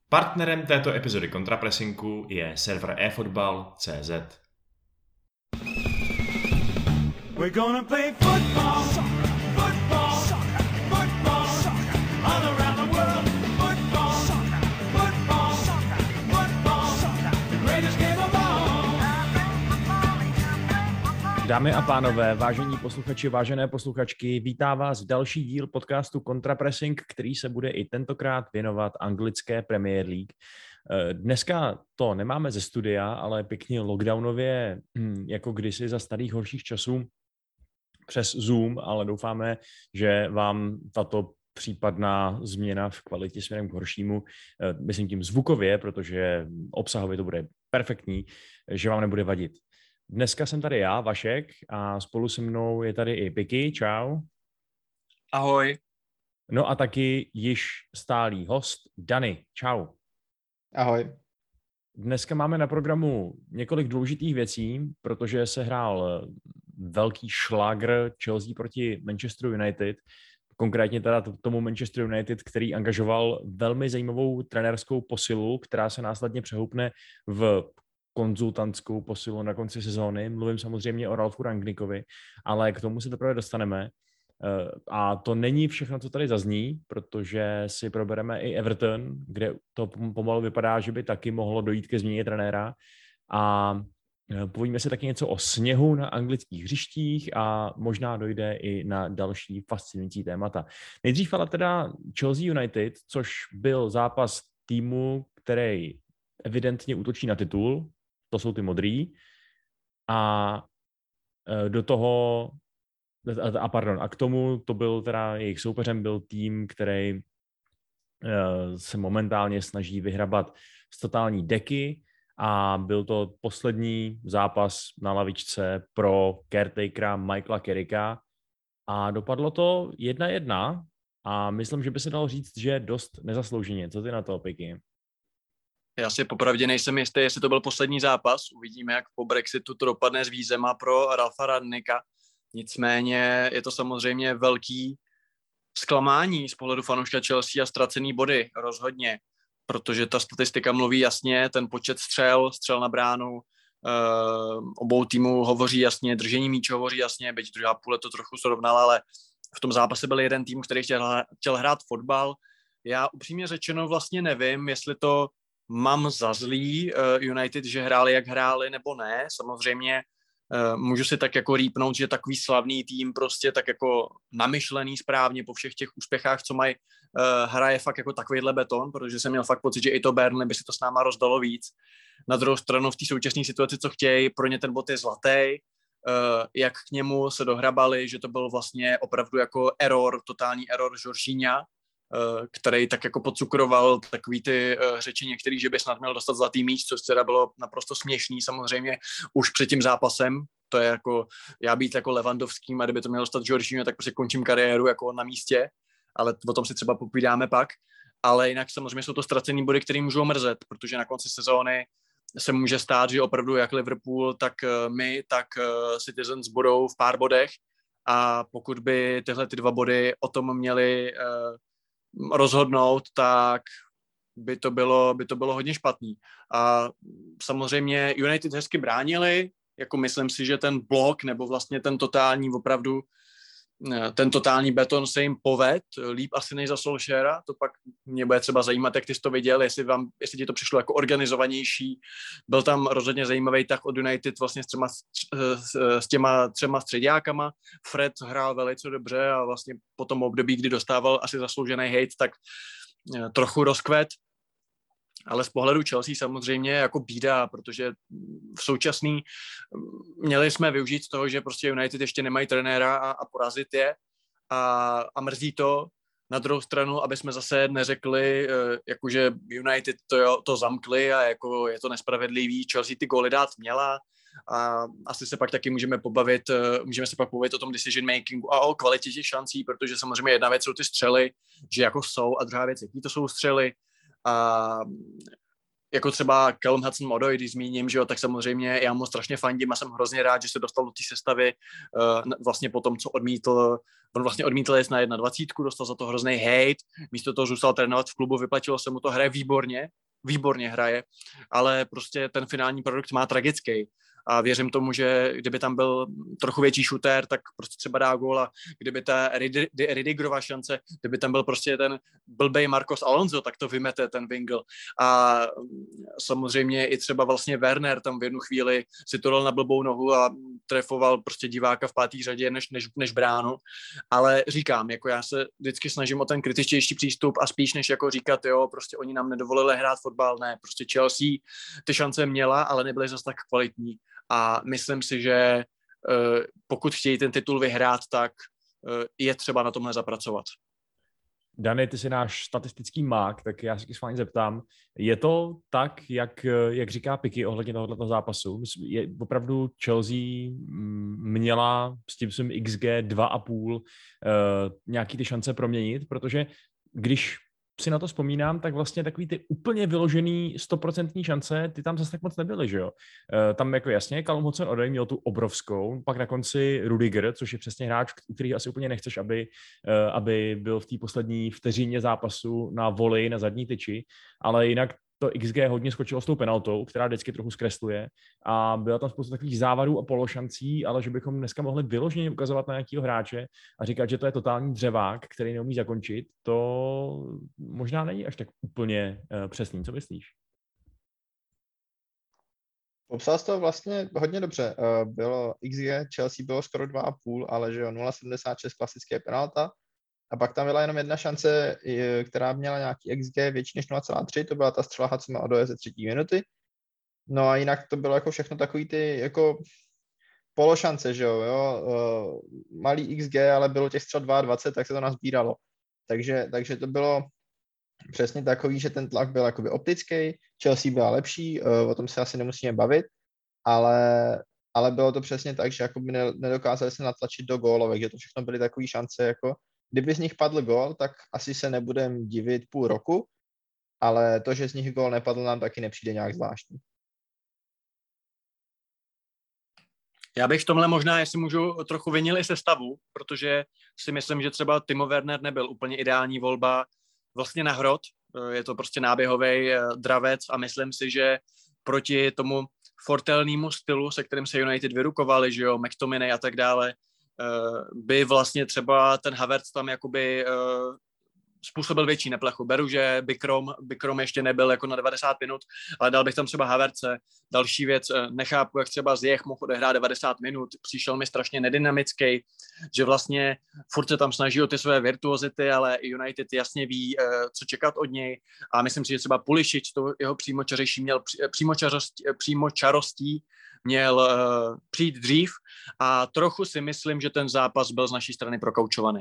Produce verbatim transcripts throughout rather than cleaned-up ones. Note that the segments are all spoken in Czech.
Partnerem této epizody Kontrapresinku je server eFootball tečka cé zet. We're gonna play football, football, football, all around the world. Football, football, football, the greatest game of all. Dámy a pánové, vážení posluchači, vážené posluchačky, vítá vás další díl podcastu Kontrapressing, který se bude i tentokrát věnovat anglické Premier League. Dneska to nemáme ze studia, ale pěkně lockdownově, jako kdysi za starých horších časů, přes Zoom, ale doufáme, že vám tato případná změna v kvalitě směrem k horšímu, myslím tím zvukově, protože obsahově to bude perfektní, že vám nebude vadit. Dneska jsem tady já, Vašek, a spolu se mnou je tady i Piky. Čau. Ahoj. No a taky již stálý host Dany. Čau. Ahoj. Dneska máme na programu několik důležitých věcí, protože se hrál velký šlágr Chelsea proti Manchesteru United, konkrétně teda tomu Manchester United, který angažoval velmi zajímavou trenérskou posilu, která se následně přehoupne v konzultantskou posilu na konci sezóny. Mluvím samozřejmě o Ralfu Rangnickovi, ale k tomu se teprve dostaneme. A to není všechno, co tady zazní, protože si probereme i Everton, kde to pomalu vypadá, že by taky mohlo dojít ke změně trenéra. A povíme si taky něco o sněhu na anglických hřištích a možná dojde i na další fascinující témata. Nejdřív ale teda Chelsea United, což byl zápas týmu, který evidentně útočí na titul, to jsou ty modrý, a do toho A pardon, a k tomu to byl teda jejich soupeřem byl tým, který se momentálně snaží vyhrabat z totální deky a byl to poslední zápas na lavičce pro caretakera Michaela Carricka a dopadlo to jedna jedna a myslím, že by se dalo říct, že dost nezaslouženě. Co ty na to, Piky? Já si popravdě nejsem jistý, jestli to byl poslední zápas. Uvidíme, jak po Brexitu to dopadne s vízema pro Ralfa Rangnicka. Nicméně je to samozřejmě velký zklamání z pohledu fanouška Chelsea a ztracený body rozhodně, protože ta statistika mluví jasně, ten počet střel, střel na bránu, uh, obou týmů hovoří jasně, držení míče hovoří jasně, byť druhá půle to trochu srovnala, ale v tom zápase byl jeden tým, který chtěl, chtěl hrát fotbal. Já upřímně řečeno vlastně nevím, jestli to mám za zlý uh, United, že hráli, jak hráli, nebo ne. Samozřejmě Uh, můžu si tak jako rýpnout, že takový slavný tým prostě tak jako namyšlený správně po všech těch úspěchách, co mají, uh, hraje fakt jako takovýhle beton, protože jsem měl fakt pocit, že i to Burnley by si to s náma rozdalo víc. Na druhou stranu v té současné situaci, co chtějí, pro ně ten bod je zlatý, uh, jak k němu se dohrabali, že to byl vlastně opravdu jako error, totální error Jorginha, který tak jako podcukroval takový ty řeči některý, že by snad měl dostat zlatý míč, což teda bylo naprosto směšný samozřejmě už před tím zápasem. To je jako, já být jako Lewandowským a kdyby to měl dostat Jorginho, tak prostě končím kariéru jako na místě, ale o tom si třeba povídáme pak. Ale jinak samozřejmě jsou to ztracený body, které můžou mrzet, protože na konci sezóny se může stát, že opravdu jak Liverpool, tak my, tak Citizens budou v pár bodech a pokud by tyhle ty dva body o tom měli rozhodnout, tak by to bylo, by to bylo hodně špatný. A samozřejmě United hezky bránili, jako myslím si, že ten blok, nebo vlastně ten totální opravdu, ten totální beton se jim poved, líp asi než za Solskjaera, to pak mě bude třeba zajímat, jak ty jsi to viděl, jestli, vám, jestli ti to přišlo jako organizovanější. Byl tam rozhodně zajímavý tah od United vlastně s, třema, s, s těma třema středákama. Fred hrál velice dobře a vlastně po tom období, kdy dostával asi zasloužený hate, tak trochu rozkvet. Ale z pohledu Chelsea samozřejmě jako bída, protože v současný měli jsme využít z toho, že prostě United ještě nemají trenéra a, a porazit je a, a mrzí to. Na druhou stranu, aby jsme zase neřekli, jakože United to, jo, to zamkli a jako je to nespravedlivý, Chelsea ty góly dát měla a asi se pak taky můžeme pobavit, můžeme se pak pobavit o tom decision makingu a o kvalitě těch šancí, protože samozřejmě jedna věc jsou ty střely, že jako jsou a druhá věc, jaký to jsou střely. A jako třeba Callum Hudson-Odoi, když zmíním, že jo, tak samozřejmě já mu strašně fandím a jsem hrozně rád, že se dostal do té sestavy uh, vlastně po tom, co odmítl, on vlastně odmítl jet na dvacet jedna, dostal za to hrozný hate, místo toho zůstal trénovat v klubu, vyplatilo se mu to, hraje výborně, výborně hraje, ale prostě ten finální produkt má tragický. A věřím tomu, že kdyby tam byl trochu větší shooter, tak prostě třeba dá gól a kdyby ta Ridigerova šance, kdyby tam byl prostě ten blbej Marcos Alonso, tak to vymete ten Wingle. A samozřejmě i třeba vlastně Werner tam v jednu chvíli si to dal na blbou nohu a trefoval prostě diváka v pátý řadě než, než, než bránu. Ale říkám, jako já se vždycky snažím o ten kritičtější přístup a spíš než jako říkat, jo, prostě oni nám nedovolili hrát fotbal, ne, prostě Chelsea ty šance měla, ale nebyly zase tak kvalitní. A myslím si, že uh, pokud chtějí ten titul vyhrát, tak uh, je třeba na tomhle zapracovat. Dany, ty jsi náš statistický mák, tak já se s vámi zeptám, je to tak, jak, jak říká Piky ohledně tohoto zápasu? Je opravdu Chelsea měla s tím svým X G dva a půl uh, nějaký ty šance proměnit, protože když si na to vzpomínám, tak vlastně takový ty úplně vyložený stoprocentní šance, ty tam zase tak moc nebyly, že jo? E, tam jako jasně, Callum Hudson-Odoi měl tu obrovskou, pak na konci Rudiger, což je přesně hráč, který asi úplně nechceš, aby, e, aby byl v té poslední vteřině zápasu na volley, na zadní tyči, ale jinak to X G hodně skočilo s tou penaltou, která vždycky trochu zkresluje a byla tam spousta takových závadů a pološancí, ale že bychom dneska mohli vyloženě ukazovat na nějakého hráče a říkat, že to je totální dřevák, který neumí zakončit, to možná není až tak úplně uh, přesný. Co myslíš? Popsal jsi to vlastně hodně dobře. Bylo X G, Chelsea bylo skoro dva a půl, ale že jo, nula celá sedmdesát šest klasické penalta. A pak tam byla jenom jedna šance, která měla nějaký X G větší než nula celá tři, to byla ta střela Hudson-Odoi ze třetí minuty. No a jinak to bylo jako všechno takový ty jako pološance, že jo, jo? Malý X G, ale bylo těch střel dvacet dva, tak se to nazbíralo. Takže, takže to bylo přesně takový, že ten tlak byl jakoby optický, Chelsea byla lepší, o tom se asi nemusíme bavit, ale, ale bylo to přesně tak, že jakoby nedokázali se natlačit do gólovek, že to všechno byly takové šance jako kdyby z nich padl gól, tak asi se nebudem divit půl roku, ale to, že z nich gól nepadl, nám taky nepřijde nějak zvláštní. Já bych v tomhle možná, jestli můžu, trochu vinil i sestavu, protože si myslím, že třeba Timo Werner nebyl úplně ideální volba vlastně na hrot. Je to prostě náběhový dravec a myslím si, že proti tomu fortelnému stylu, se kterým se United vyrukovali, že jo, McTominay a tak dále, by vlastně třeba ten Havertz tam jakoby uh, způsobil větší neplechu. Beru, že Bikrom, Bikrom ještě nebyl jako na devadesát minut, ale dal bych tam třeba Havertze. Další věc, nechápu, jak třeba Ziyech mohl odehrát devadesát minut, přišel mi strašně nedynamický, že vlastně furt se tam snaží o ty své virtuozity, ale United jasně ví, uh, co čekat od něj a myslím si, že třeba Pulisic, to jeho přímočařejší měl přímočarostí, přímočarostí měl uh, přijít dřív a trochu si myslím, že ten zápas byl z naší strany prokaučovaný.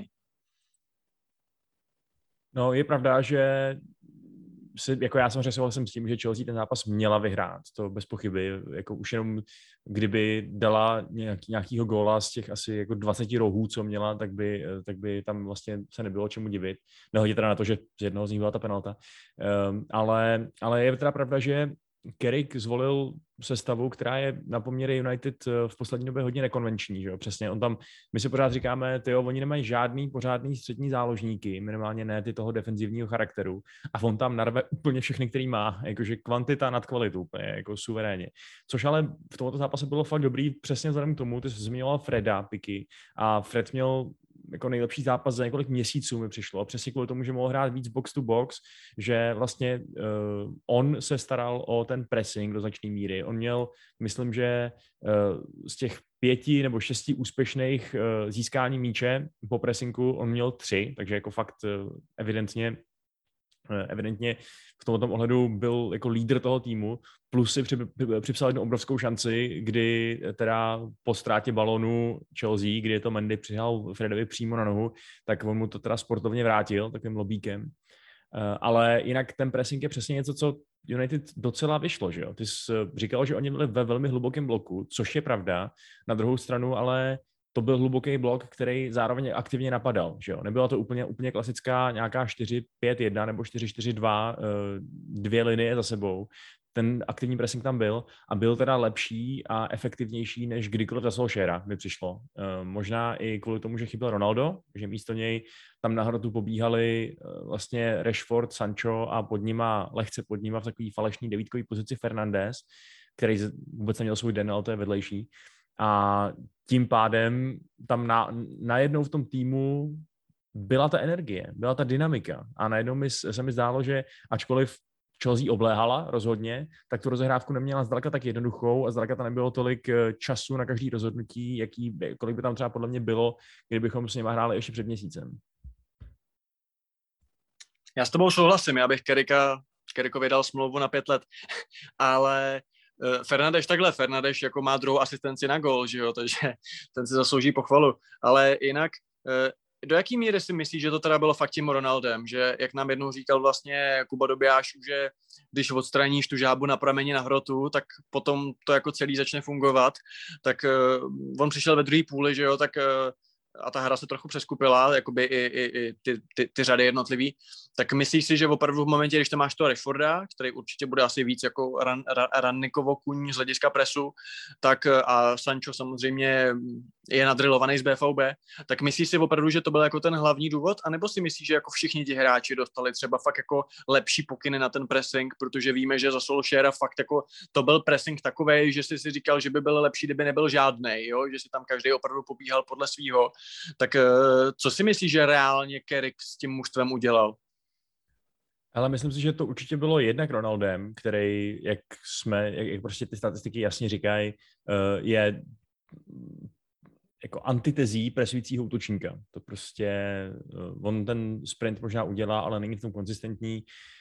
No, je pravda, že si, jako já samozřejmě souhlasím s tím, že Chelsea ten zápas měla vyhrát, to bez pochyby, jako už jenom kdyby dala nějaký, nějakýho góla z těch asi jako dvacet rohů, co měla, tak by, tak by tam vlastně se nebylo čemu divit. Nehledě teda na to, že z jednoho z nich byla ta penalta. Um, ale, ale je teda pravda, že Carrick zvolil sestavu, která je na poměry United v poslední době hodně nekonvenční, že jo? Přesně, on tam, my si pořád říkáme, tyjo, oni nemají žádný pořádný střední záložníky, minimálně ne ty toho defenzivního charakteru a on tam narve úplně všechny, který má, jakože kvantita nad kvalitu, úplně jako suverénně. Což ale v tomto zápase bylo fakt dobrý, přesně vzhledem k tomu, ty jsi zmiňoval Freda, Piky, a Fred měl jako nejlepší zápas za několik měsíců mi přišlo. Přesně kvůli tomu, že mohl hrát víc box to box, že vlastně uh, on se staral o ten pressing do značné míry. On měl, myslím, že uh, z těch pěti nebo šesti úspěšných uh, získání míče po pressingu on měl tři, takže jako fakt uh, evidentně evidentně v tomto ohledu byl jako lídr toho týmu, plus si připsal jednu obrovskou šanci, kdy teda po ztrátě balonu Chelsea, kdy je to Mendy přihal Fredovi přímo na nohu, tak on mu to teda sportovně vrátil takovým lobíkem. Ale jinak ten pressing je přesně něco, co United docela vyšlo, že jo? Ty jsi říkal, že oni byli ve velmi hlubokém bloku, což je pravda. Na druhou stranu ale to byl hluboký blok, který zároveň aktivně napadal, že jo. Nebyla to úplně, úplně klasická nějaká čtyři pět jedna nebo čtyři čtyři dva, dvě linie za sebou. ten aktivní pressing tam byl a byl teda lepší a efektivnější než kdykoliv za Solskjaera mi přišlo. Uh, možná i kvůli tomu, že chyběl Ronaldo, že místo něj tam na hrotu pobíhali uh, vlastně Rashford, Sancho a pod nima, lehce pod nima v takový falešný devítkový pozici Fernandes, který vůbec neměl svůj den, ale to je vedlejší. A tím pádem tam na, najednou v tom týmu byla ta energie, byla ta dynamika a najednou mi, se mi zdálo, že ačkoliv Chelsea obléhala rozhodně, tak tu rozehrávku neměla zdaleka tak jednoduchou a zdaleka tam nebylo tolik času na každý rozhodnutí, jaký, kolik by tam třeba podle mě bylo, kdybychom s nimi hráli ještě před měsícem. Já s tebou souhlasím, já bych Kerika, Kerikovi dal smlouvu na pět let, ale uh, Fernandes takhle, Fernandes jako má druhou asistenci na gól, že jo, takže ten si zaslouží pochvalu, ale jinak uh, do jaký míry si myslíš, že to teda bylo fakt tím Ronaldem, že jak nám jednou říkal vlastně Kuba Dobijášů, že když odstraníš tu žábu na prameni na hrotu, tak potom to jako celý začne fungovat, tak uh, on přišel ve druhé půli, že jo, tak uh, a ta hra se trochu přeskupila, jakoby i, i, i ty, ty, ty řady jednotlivý, tak myslíš si, že opravdu v momentě, když tam máš toho Rashforda, který určitě bude asi víc jako ran, ran, Rannikovo kuň z hlediska presu, tak a Sancho samozřejmě je nadrilovaný z B V B, tak myslíš si opravdu, že to byl jako ten hlavní důvod, anebo si myslíš, že jako všichni ti hráči dostali třeba fakt jako lepší pokyny na ten pressing, protože víme, že za Solskjaera fakt jako to byl pressing takovej, že jsi si říkal, že by byl lepší, kdyby nebyl žádnej, jo? Že si tam každý opravdu pobíhal podle svýho. Tak co si myslíš, že reálně Carrick s tím mužstvem udělal? Ale myslím si, že to určitě bylo jednak Ronaldem, který, jak jsme, jak, jak prostě ty statistiky jasně říkají, je jako antitezí presujícího útočníka. To prostě, on ten sprint možná udělá, ale není v tom konzistentní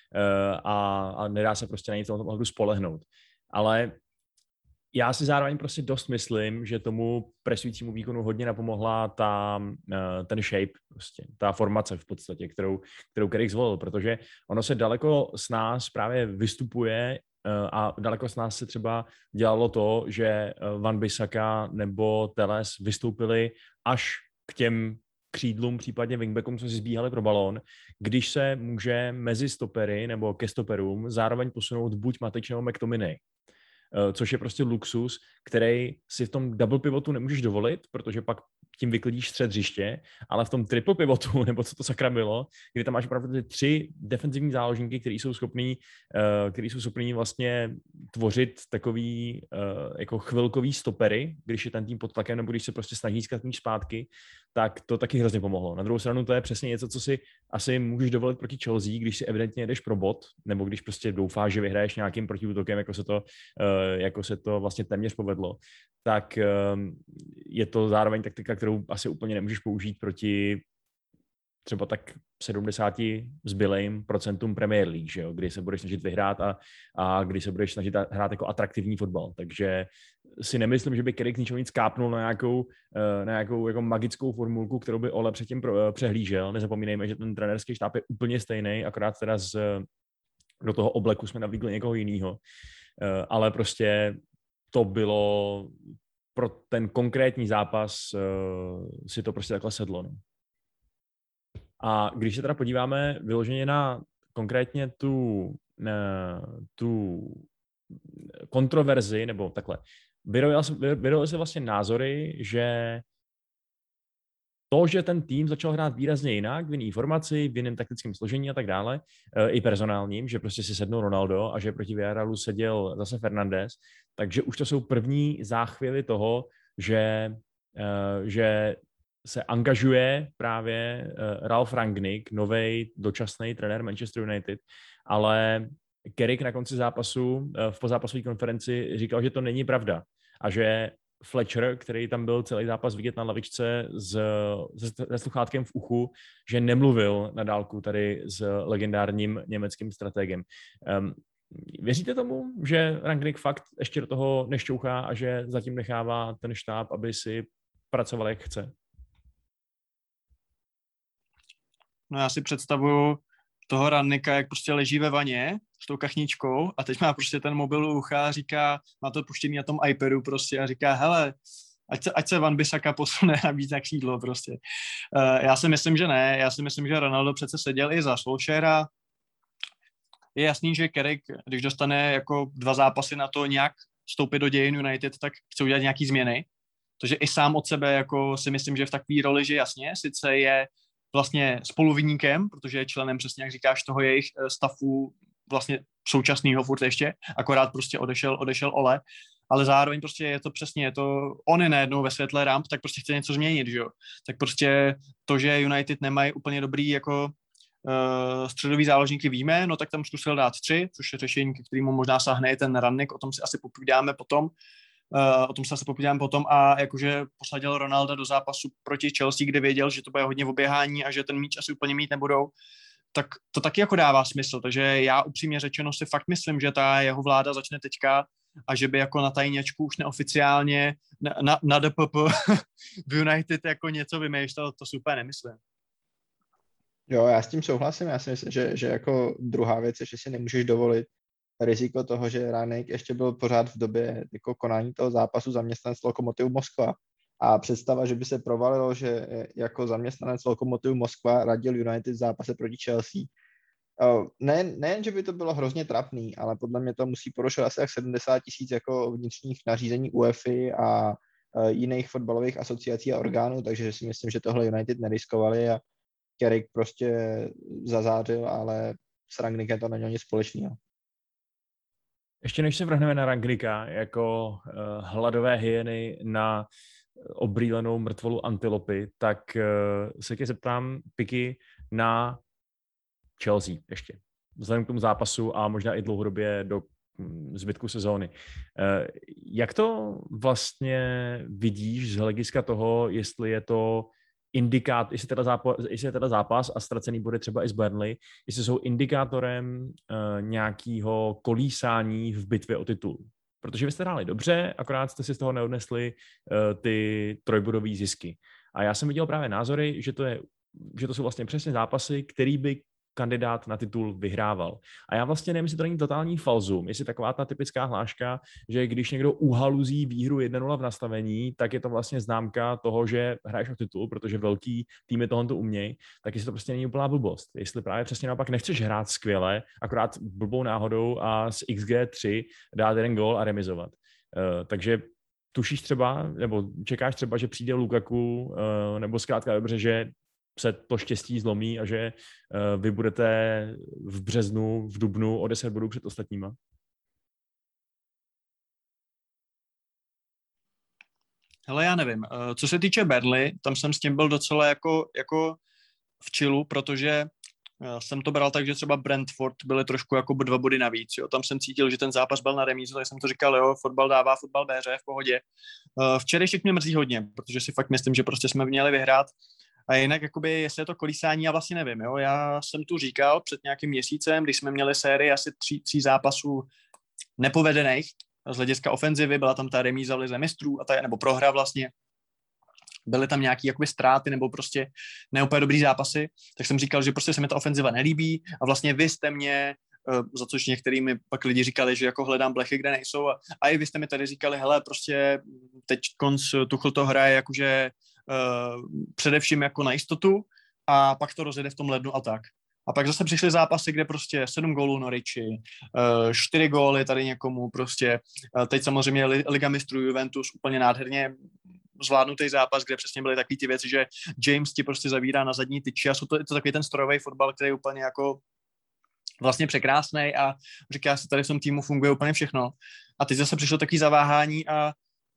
a, a nedá se prostě na něj v tom ohledu spolehnout. Ale já si zároveň prostě dost myslím, že tomu presujícímu výkonu hodně napomohla ta, ten shape, prostě, ta formace v podstatě, kterou, kterou Carrick zvolil, protože ono se daleko s nás právě vystupuje a daleko s nás se třeba dělalo to, že Van Bissaka nebo Teles vystoupili až k těm křídlům, případně wingbackům, co si zbíhali pro balón, když se může mezi stopery nebo ke stoperům zároveň posunout buď Matic nebo McTominay. Což je prostě luxus, který si v tom double pivotu nemůžeš dovolit, protože pak tím vyklidíš střed hřiště, ale v tom triple pivotu, nebo co to sakra bylo, kdy tam máš opravdu ty tři defenzivní záložníky, který jsou schopní, který jsou schopní vlastně tvořit takový jako chvilkový stopery, když je ten tým pod tlakem, nebo když se prostě snaží získat míč zpátky, tak to taky hrozně pomohlo. Na druhou stranu to je přesně něco, co si asi můžeš dovolit proti Chelsea, když si evidentně jdeš pro bod, nebo když prostě doufáš, že vyhraješ nějakým protiútokem, jako se to, jako se to vlastně téměř povedlo, tak je to zároveň taktika, kterou asi úplně nemůžeš použít proti třeba tak sedmdesáti zbylejím procentům Premier League, že jo? Kdy se budeš snažit vyhrát a, a kdy se budeš snažit hrát jako atraktivní fotbal. Takže si nemyslím, že by Carrick ničeho nic kápnul na nějakou, na nějakou jako magickou formulku, kterou by Ole předtím přehlížel. Nezapomínejme, že ten trenérský štáb je úplně stejný, akorát teda z, do toho obleku jsme navlíkli někoho jiného. Ale prostě to bylo pro ten konkrétní zápas si to prostě takhle sedlo. No. A když se teda podíváme vyloženě na konkrétně tu, tu kontroverzi, nebo takhle, vyrojily se vlastně názory, že to, že ten tým začal hrát výrazně jinak, v jiný formaci, v jiném taktickém složení a tak dále, i personálním, že prostě si sednul Ronaldo a že proti Villarealu seděl zase Fernandes, takže už to jsou první záchvěvy toho, že, že se angažuje právě Ralf Rangnick, novej dočasný trenér Manchester United, ale Carrick na konci zápasu v pozápasové konferenci říkal, že to není pravda a že Fletcher, který tam byl celý zápas vidět na lavičce s, se sluchátkem v uchu, že nemluvil na dálku tady s legendárním německým strategem. Um, věříte tomu, že Rangnick fakt ještě do toho nešťouchá a že zatím nechává ten štáb, aby si pracoval, jak chce? No já si představuju toho Rangnicka, jak prostě leží ve vaně s tou kachničkou a teď má prostě ten mobil u ucha a říká, má to puštěný na tom iPadu prostě a říká, hele, ať se, ať se Van Bissaka posune a víc na křídlo prostě. Uh, já si myslím, že ne, já si myslím, že Ronaldo přece seděl i za Solskjaera, je jasný, že Carrick, když dostane jako dva zápasy na to nějak vstoupit do dějin United, tak chce udělat nějaký změny. Takže i sám od sebe jako si myslím, že v takové roli, že jasně, sice je vlastně spoluviníkem, protože je členem, přesně jak říkáš, toho jejich stafu vlastně současného furt ještě, akorát prostě odešel, odešel Ole, ale zároveň prostě je to přesně, je to, on je najednou ve světle ramp, tak prostě chce něco změnit, že jo. Tak prostě to, že United nemají úplně dobrý jako uh, středový záložníky víme, no tak tam zkusil dát tři, což je řešení, ke kterému možná sáhne i ten Rannik, o tom si asi popovídáme potom, uh, o tom se asi popovídáme potom a jakože posadil Ronalda do zápasu proti Chelsea, kde věděl, že to bude hodně v oběhání a že ten míč asi úplně mít nebudou, tak to taky jako dává smysl, takže já upřímně řečeno si fakt myslím, že ta jeho vláda začne teďka a že by jako na tajněčku už neoficiálně na, na, na D P P v United jako něco vymýšlel, to super nemyslím. Jo, já s tím souhlasím, já si myslím, že, že jako druhá věc je, že si nemůžeš dovolit riziko toho, že Rannik ještě byl pořád v době jako konání toho zápasu zaměstnanec Lokomotivu Moskva a představa, že by se provalilo, že jako zaměstnanec Lokomotivu Moskva radil United v zápase proti Chelsea. Nejen, nejen, že by to bylo hrozně trapný, ale podle mě to musí porušovat asi jak sedmdesát tisíc jako vnitřních nařízení UEFA a jiných fotbalových asociací a orgánů, takže si myslím, že tohle United neriskovali a Carrick prostě zazářil, ale s Rangnickem to nemělo nic společného. Ještě než se vrhneme na Rangnicka jako uh, hladové hyeny na obrýlenou mrtvolu antilopy, tak uh, se tě zeptám, Piky, na Chelsea ještě. Vzhledem k tomu zápasu a možná i dlouhodobě do zbytku sezóny. Uh, jak to vlastně vidíš z hlediska toho, jestli je to indikát, jestli teda zápas, jestli je teda zápas a ztracený bude třeba i z Burnley, jestli jsou indikátorem uh, nějakého kolísání v bitvě o titul. Protože vy jste hráli dobře, akorát jste si z toho neodnesli uh, ty trojbodové zisky. A já jsem viděl právě názory, že to, je, že to jsou vlastně přesně zápasy, který by kandidát na titul vyhrával. A já vlastně nevím, jestli to není totální falzum, jestli taková ta typická hláška, že když někdo uhaluzí výhru jedna nula v nastavení, tak je to vlastně známka toho, že hraješ o titul, protože velký týmy tohle to umějí, tak jestli to prostě není úplná blbost. Jestli právě přesně naopak nechceš hrát skvěle, akorát blbou náhodou a z X G tři dát jeden gól a remizovat. Uh, takže tušíš třeba, nebo čekáš třeba, že přijde Lukaku, uh, nebo zkrátka dobře, že se to štěstí zlomí a že uh, vy budete v březnu, v dubnu o deset bodů před ostatníma? Hele, já nevím. Uh, co se týče Burnley, tam jsem s tím byl docela jako, jako v chillu, protože uh, jsem to bral tak, že třeba Brentford byly trošku jako dva body navíc. Jo. Tam jsem cítil, že ten zápas byl na remízu, tak jsem to říkal, jo, fotbal dává, fotbal béře, v pohodě. Uh, včerejšek mě mrzí hodně, protože si fakt myslím, že prostě jsme měli vyhrát. A jinak, jakoby, jestli je to kolísání, já vlastně nevím. Jo? Já jsem tu říkal před nějakým měsícem, když jsme měli sérii asi tří, tří zápasů nepovedených z hlediska ofenzivy, byla tam ta remíza v lize mistrů, a ta, nebo prohra vlastně, byly tam nějaké jakoby ztráty nebo prostě neúplně dobrý zápasy, tak jsem říkal, že prostě se mi ta ofenziva nelíbí a vlastně vy jste mě, za což některými pak lidi říkali, že jako hledám blechy, kde nejsou a, a i vy jste mi tady říkali, hele, prostě teď konc Tuchl to hraje jakože Uh, především jako na jistotu a pak to rozjede v tom lednu a tak. A pak zase přišly zápasy, kde prostě sedm gólů Norwichi, uh, čtyři góly tady někomu prostě. Uh, teď samozřejmě Liga mistrů Juventus úplně nádherně zvládnutý zápas, kde přesně byly takové ty věci, že James ti prostě zavírá na zadní tyči a jsou to, je to takový ten strojový fotbal, který je úplně jako vlastně překrásnej a říká se, tady v tom týmu funguje úplně všechno. A teď zase přišlo takový zaváhání a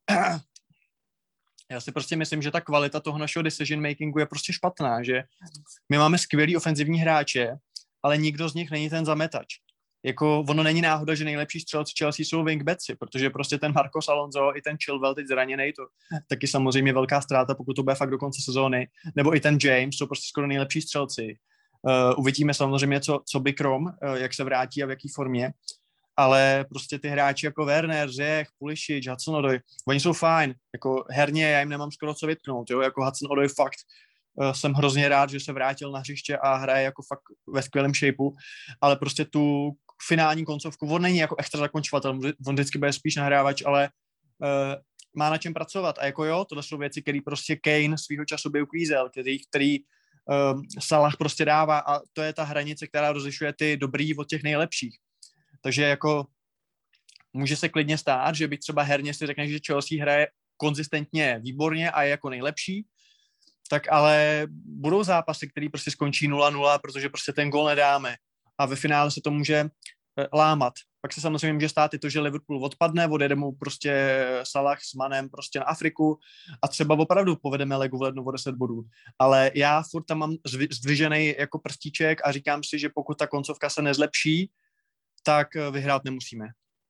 já si prostě myslím, že ta kvalita toho našeho decision makingu je prostě špatná, že my máme skvělý ofenzivní hráče, ale nikdo z nich není ten zametač. Jako ono není náhoda, že nejlepší střelci Chelsea jsou wingbacki, protože prostě ten Marcos Alonso i ten Chilwell teď zraněný, to taky samozřejmě velká ztráta, pokud to bude fakt do konce sezóny, nebo i ten James jsou prostě skoro nejlepší střelci. Uh, uvidíme samozřejmě, co, co Bikrom, uh, jak se vrátí a v jaký formě, ale prostě ty hráči jako Werner, Ziyech, Pulisic, Hudson-Odoi, oni jsou fajn, jako herně já jim nemám skoro co vytknout, jo, jako Hudson-Odoi fakt uh, jsem hrozně rád, že se vrátil na hřiště a hraje jako fakt ve skvělém shapeu, ale prostě tu finální koncovku, on není jako extra zakončovatel, on vždycky bude spíš nahrávač, ale uh, má na čem pracovat a jako jo, tohle jsou věci, které prostě Kane svýho času by uklízel, který, který uh, Salah prostě dává a to je ta hranice, která rozlišuje ty dobrý od těch nejlepších. Takže jako může se klidně stát, že by třeba herně si řekne, že Chelsea hraje konzistentně výborně a je jako nejlepší, tak ale budou zápasy, které prostě skončí nula nula, protože prostě ten gól nedáme a ve finále se to může lámat. Pak se samozřejmě může stát i to, že Liverpool odpadne, odjede mu prostě Salah s Manem prostě na Afriku a třeba opravdu povedeme Legu v lednu o deset bodů. Ale já furt tam mám zdvižený jako prstíček a říkám si, že pokud ta koncovka se nezlepší, tak vyhrát nemusíme.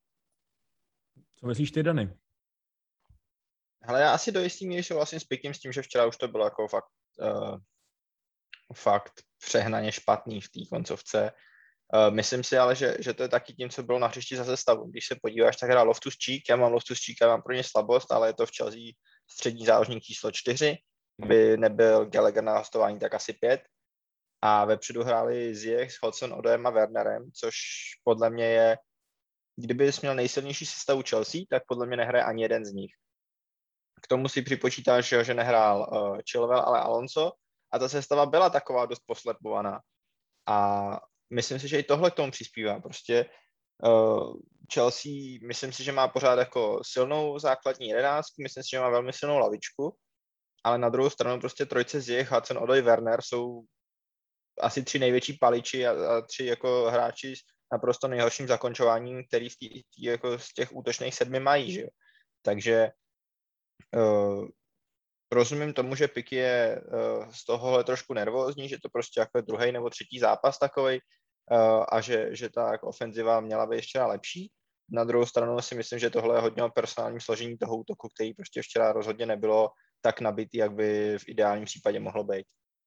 Co myslíš ty, Dany? Hele, já asi do jistý míry souhlasím s Pikem s tím, že včera už to bylo jako fakt, uh, fakt přehnaně špatný v té koncovce. Uh, myslím si ale, že, že to je taky tím, co bylo na hřišti za sestavu. Když se podíváš, tak hrál Loftus-Cheek, já mám Loftus-Cheeka, mám pro ně slabost, ale je to v Chelsea střední záložník číslo čtyři. Kdyby nebyl Gallagher na hostování, tak asi pět. A vepředu hráli Ziyech s Hodgson, Odojem a Wernerem, což podle mě je, kdyby jsi měl nejsilnější sestavu Chelsea, tak podle mě nehraje ani jeden z nich. K tomu si připočítáš, že nehrál uh, Chilwell, ale Alonso a ta sestava byla taková dost poslepovaná. A myslím si, že i tohle k tomu přispívá. Prostě uh, Chelsea, myslím si, že má pořád jako silnou základní jedenáctku, myslím si, že má velmi silnou lavičku, ale na druhou stranu prostě trojce Ziyech, Hudson, Odoi, Werner jsou asi tři největší paliči a, a tři jako hráči s naprosto nejhorším zakončováním, který v tý, tý, jako z těch útočných sedmi mají, že jo. Takže uh, rozumím tomu, že Piky je uh, z tohohle trošku nervózní, že to prostě jako je druhý nebo třetí zápas takovej uh, a že, že ta jako ofenziva měla být ještě lepší. Na druhou stranu si myslím, že tohle je hodně o personálním složení toho útoku, který prostě včera rozhodně nebylo tak nabitý, jak by v ideálním případě mohlo být.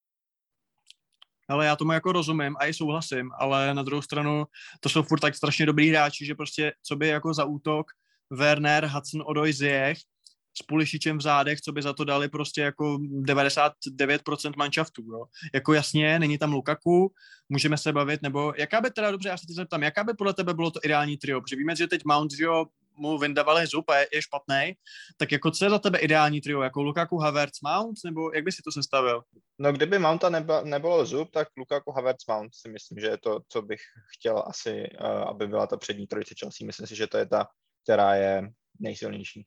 Ale já tomu jako rozumím a i souhlasím, ale na druhou stranu to jsou furt tak strašně dobrý hráči, že prostě co by jako za útok Werner, Hudson, Odoi, Ziyech s Pulišičem v zádech, co by za to dali prostě jako devadesát devět procent manšaftů, jo. Jako jasně, není tam Lukaku, můžeme se bavit, nebo jaká by teda, dobře, já se tě zeptám, jaká by podle tebe bylo to ideální trio, protože víme, že teď Mount, jo, mu vyndavali zub a je, je špatnej, tak jako co je za tebe ideální trio, jako Lukaku, Havertz, Mount, nebo jak by si to sestavil? No kdyby Mounta neba, nebylo zub, tak Lukaku, Havertz, Mount si myslím, že je to, co bych chtěl asi, uh, aby byla ta přední trojice Chelsea. Myslím si, že to je ta, která je nejsilnější.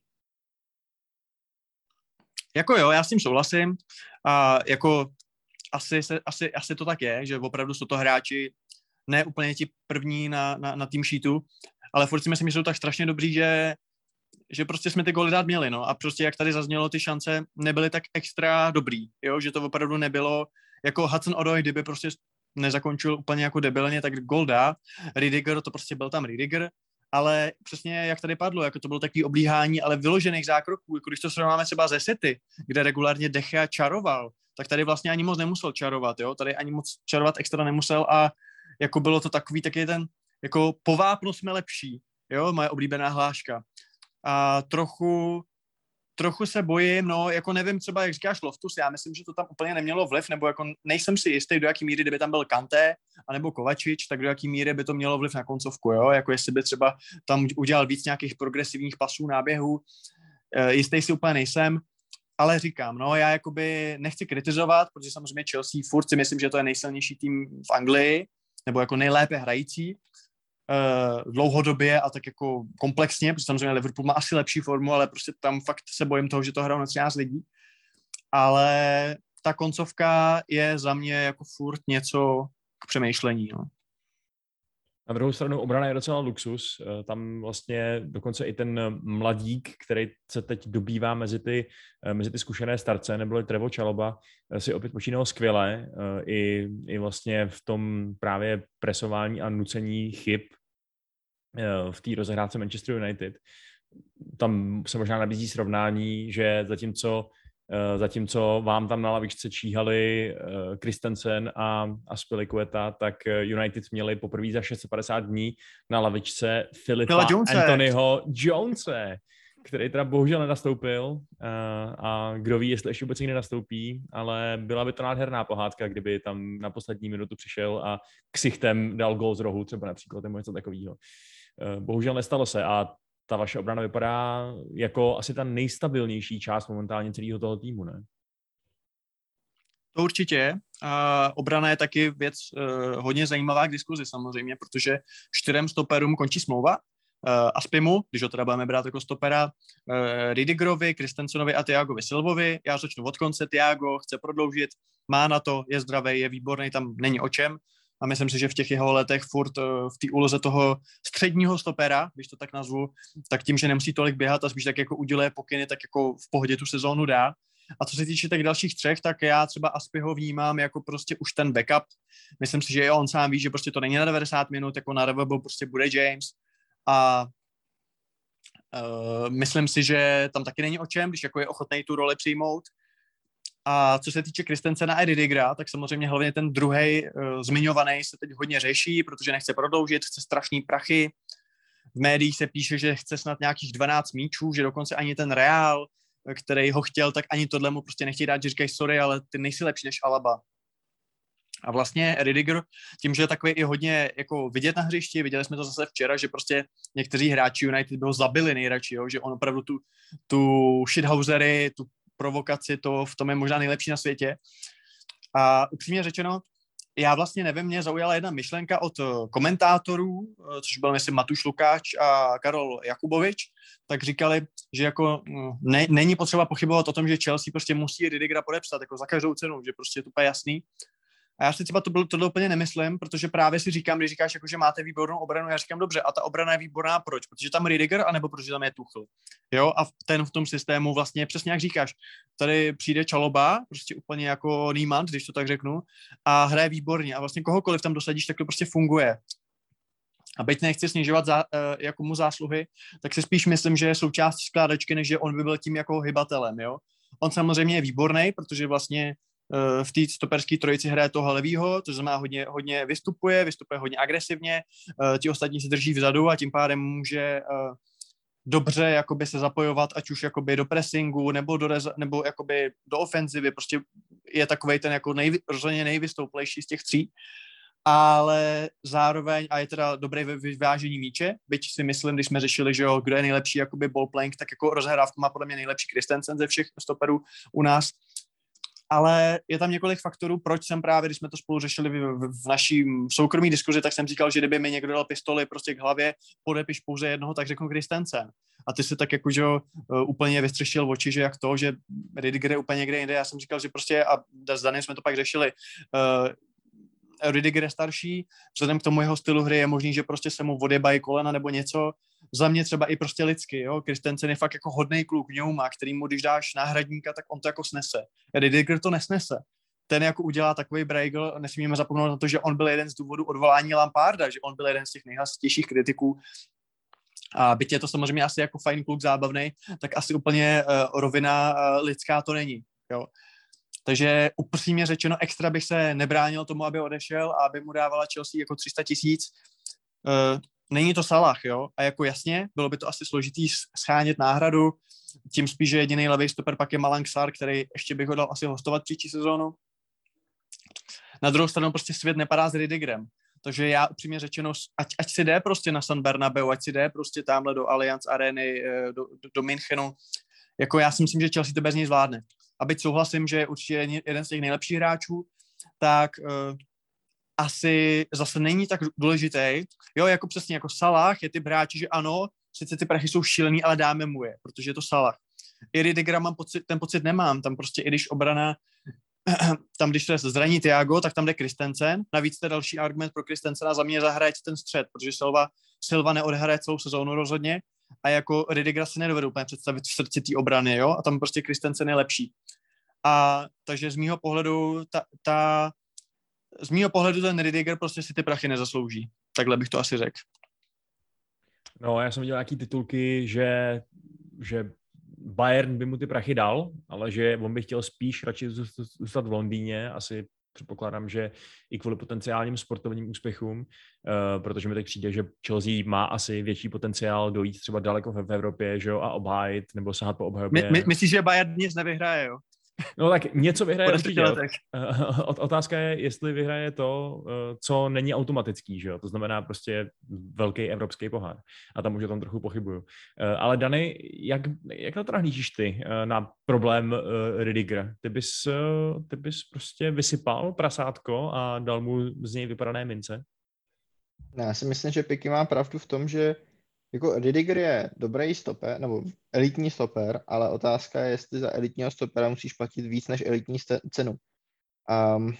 Jako jo, já s tím souhlasím a jako asi, se, asi, asi to tak je, že opravdu jsou to hráči ne úplně ti první na, na, na team sheetu, ale furt si myslím, že jsou tak strašně dobrý, že, že prostě jsme ty góly dát měli, no a prostě jak tady zaznělo, ty šance nebyly tak extra dobrý, jo, že to opravdu nebylo jako Hudson Odoi, kdyby prostě nezakončil úplně jako debilně, tak gól dá, Ridiger, to prostě byl tam Ridiger, ale přesně jak tady padlo, jako to bylo takový oblíhání, ale vyložených zákroků, jako když to srovnáme třeba ze City, kde regulárně De Gea čaroval, tak tady vlastně ani moc nemusel čarovat, jo, tady ani moc čarovat extra nemusel a jako bylo to takový taky ten, jako po vápnu jsme lepší, jo, moje oblíbená hláška. A trochu, trochu se bojím, no, jako nevím třeba, jak říkáš Loftus, já myslím, že to tam úplně nemělo vliv, nebo jako nejsem si jistý, do jaký míry, kdyby tam byl Kanté, anebo Kovačič, tak do jaký míry by to mělo vliv na koncovku, jo, jako jestli by třeba tam udělal víc nějakých progresivních pasů, náběhů, e, jistý si úplně nejsem, ale říkám, no, já jakoby nechci kritizovat, protože samozřejmě Chelsea furt si myslím, že to je nejsilnější tým v Anglii, nebo jako nejlépe hrající uh, dlouhodobě a tak jako komplexně, protože samozřejmě Liverpool má asi lepší formu, ale prostě tam fakt se bojím toho, že to hrajou na třináct lidí. Ale ta koncovka je za mě jako furt něco k přemýšlení. No. Na druhou stranu obrana je docela luxus. Tam vlastně dokonce i ten mladík, který se teď dobývá mezi ty, mezi ty zkušené starce, nebo Trevoh Chalobah, si opět počínal skvěle. I, I vlastně v tom právě presování a nucení chyb v té rozehrávce Manchester United. Tam se možná nabízí srovnání, že zatímco Zatímco vám tam na lavičce číhali uh, Christensen a, a Spilicueta, tak United měli poprvé za šest set padesát dní na lavičce Filipa Anthonyho Jonese, který teda bohužel nenastoupil uh, a kdo ví, jestli ještě vůbec někdy nastoupí, ale byla by to nádherná pohádka, kdyby tam na poslední minutu přišel a ksichtem dal gól z rohu, třeba například nebo něco takového. Uh, bohužel nestalo se a ta vaše obrana vypadá jako asi ta nejstabilnější část momentálně celého toho týmu, ne? To určitě A obrana je taky věc uh, hodně zajímavá k diskuzi samozřejmě, protože čtyřem stoperům končí smlouva. Uh, Aspimu, když ho teda budeme brát jako stopera, uh, Ridigerovi, Christensenovi a Thiagovi Silvovi. Já začnu od konce. Thiago chce prodloužit, má na to, je zdravý, je výborný, tam není o čem. A myslím si, že v těch jeho letech furt uh, v té úloze toho středního stopera, když to tak nazvu, tak tím, že nemusí tolik běhat a spíš tak jako uděluje pokyny, tak jako v pohodě tu sezónu dá. A co se týče těch dalších třech, tak já třeba Aspiho vnímám jako prostě už ten backup. Myslím si, že on sám ví, že prostě to není na devadesát minut, jako na Revebu prostě bude James. A uh, myslím si, že tam taky není o čem, když jako je ochotný tu roli přijmout. A co se týče Christensena a Ridigera, tak samozřejmě hlavně ten druhej uh, zmiňovaný se teď hodně řeší, protože nechce prodloužit, chce strašný prachy. V médiích se píše, že chce snad nějakých dvanáct míčů, že dokonce ani ten Real, který ho chtěl, tak ani tohle mu prostě nechtějí dát, že říkají sorry, ale ty nejsi lepší než Alaba. A vlastně Ridiger, tím, že je takový i hodně jako vidět na hřišti, viděli jsme to zase včera, že prostě někteří hráči United by ho zabili nejradši, jo? Že on opravdu tu, tu shithousery, tu provokaci, to v tom je možná nejlepší na světě. A upřímně řečeno, já vlastně nevím, mě zaujala jedna myšlenka od komentátorů, což byl myslím Matuš Lukáč a Karol Jakubovič, tak říkali, že jako ne, není potřeba pochybovat o tom, že Chelsea prostě musí Ridigera podepsat jako za každou cenu, že prostě je to úplně jasný. A já si třeba to bylo, tohle úplně nemyslím, protože právě si říkám, když říkáš, jako, že máte výbornou obranu, já říkám dobře, a ta obrana je výborná proč? Protože tam Ridiger, anebo protože tam je Tuchel. Jo, a ten v tom systému vlastně přesně jak říkáš, tady přijde Čaloba, prostě úplně jako Niemand, když to tak řeknu, a hraje výborně a vlastně kohokoliv tam dosadíš, tak to prostě funguje. A byť nechci snižovat za, jako mu zásluhy, tak si spíš myslím, že je součást skládačky, než že on by byl tím jako hybatelem, jo. On samozřejmě je výborný, protože vlastně v té stoperské trojici hraje toho levýho, to znamená hodně, hodně vystupuje, vystupuje hodně agresivně, ti ostatní se drží vzadu a tím pádem může dobře jakoby se zapojovat, ať už jakoby do pressingu, nebo do, reza, nebo jakoby do ofenzivy, prostě je takovej ten jako nejvy, rozhodně nejvystouplejší z těch tří, ale zároveň, a je teda dobré ve vyvážení míče, byť si myslím, když jsme řešili, že jo, kdo je nejlepší jakoby ballplaying, tak jako rozhrávku má podle mě nejlepší Christensen ze všech stoperů u nás, ale je tam několik faktorů, proč jsem právě, když jsme to spolu řešili v, v naší soukromé diskuzi, tak jsem říkal, že kdyby mi někdo dal pistoli prostě k hlavě, podepiš pouze jednoho, tak řeknu Christensen. A ty si tak jako, že úplně vystřešil oči, že jak to, že Ridiger je úplně někde jinde. Já jsem říkal, že prostě, a s Danem jsme to pak řešili, uh, Ridiger je starší, vzhledem k tomu jeho stylu hry je možný, že prostě se mu odjebají kolena nebo něco. Za mě třeba i prostě lidsky, jo. Christensen je fakt jako hodnej kluk, ňouma, který mu, když dáš náhradníka, tak on to jako snese. Ridiger to nesnese. Ten jako udělá takový brejgl, nesmíme zapomenout na to, že on byl jeden z důvodů odvolání Lamparda, že on byl jeden z těch nejhlasitějších kritiků. A byť je to samozřejmě asi jako fajn kluk, zábavnej, tak asi úplně uh, rovina uh, lidská to není, jo. Takže upřímně řečeno, extra bych se nebránil tomu, aby odešel a aby mu dávala Chelsea jako tři sta tisíc. Uh, není to Salah, jo? A jako jasně, bylo by to asi složitý schánět náhradu, tím spíš, že jediný levý stoper pak je Malang Sarr, který ještě bych ho dal asi hostovat příští sezónu. Na druhou stranu prostě svět nepadá s Ridigerem. Takže já upřímně řečeno, ať, ať si jde prostě na San Bernabeu, ať si jde prostě tamhle do Allianz Areny, do, do, do Münchenu. Jako já si myslím, že Chelsea to bez něj zvládne. A byť souhlasím, že je určitě jeden z těch nejlepších hráčů, tak uh, asi zase není tak důležitý. Jo, jako přesně jako Salah je typ hráči, že ano, sice ty prachy jsou šílený, ale dáme mu je, protože je to Salah. I Ridigera mám pocit, ten pocit nemám, tam prostě i když obrana, tam když se zraní Thiago, tak tam jde Christensen, navíc to je další argument pro Christensena, za mě zahraje ten střed, protože Silva, Silva neodhraje celou sezónu rozhodně a jako Ridigera si nedovedu úplně představit v srdci té obrany, jo, a tam prostě Christensen je lepší. A takže z mýho pohledu ta, ta z mýho pohledu ten Ridiger prostě si ty prachy nezaslouží. Takhle bych to asi řekl. No, já jsem viděl nějaký titulky, že, že Bayern by mu ty prachy dal, ale že on by chtěl spíš radši zůstat v Londýně, asi předpokládám, že i kvůli potenciálním sportovním úspěchům, uh, protože mi tak přijde, že Chelsea má asi větší potenciál dojít třeba daleko v, v Evropě, že jo, a obhájit nebo sahat po obhajobě. My, my, myslíš, že Bayern nic nevyhraje, jo? No tak něco vyhraje Po určitě. deseti letech. Otázka je, jestli vyhraje to, co není automatický, že jo? To znamená prostě velký evropský pohár. A tam už o tom trochu pochybuju. Ale Dany, jak, jak na to nahlížíš ty na problém Ridigera? Ty bys, ty bys prostě vysypal prasátko a dal mu z něj vypadané mince? Ne, já si myslím, že Piky má pravdu v tom, že jako Ridiger je dobrý stoper, nebo elitní stoper, ale otázka je, jestli za elitního stopera musíš platit víc než elitní cenu. Um,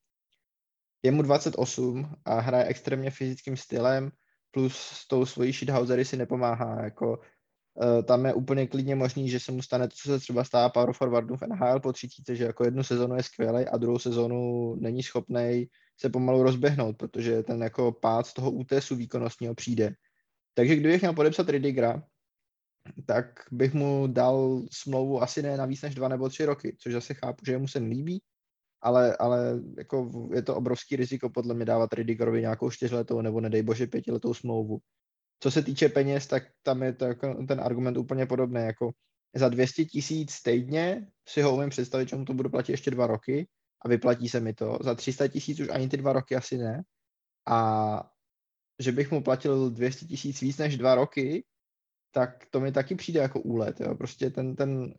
je mu dvacet osm a hraje extrémně fyzickým stylem, plus s tou svojí shithousery si nepomáhá. Jako, uh, tam je úplně klidně možný, že se mu stane to, co se třeba stává power forwardům v N H L po třicítce, že jako jednu sezonu je skvělej a druhou sezonu není schopnej se pomalu rozběhnout, protože ten jako pád z toho útesu výkonnostního přijde. Takže kdybych měl podepsat Ridigera, tak bych mu dal smlouvu asi ne na víc než dva nebo tři roky, což zase chápu, že mu se nelíbí, ale, ale jako je to obrovský riziko podle mě dávat Ridigerovi nějakou čtyřletou nebo nedej bože pětiletou smlouvu. Co se týče peněz, tak tam je to jako ten argument úplně podobný, jako za dvě stě tisíc týdně si ho umím představit, že mu to budu platit ještě dva roky a vyplatí se mi to. Za tři sta tisíc už ani ty dva roky asi ne. A že bych mu platil dvě stě tisíc víc než dva roky, tak to mi taky přijde jako úlet. Jo. Prostě ten, ten...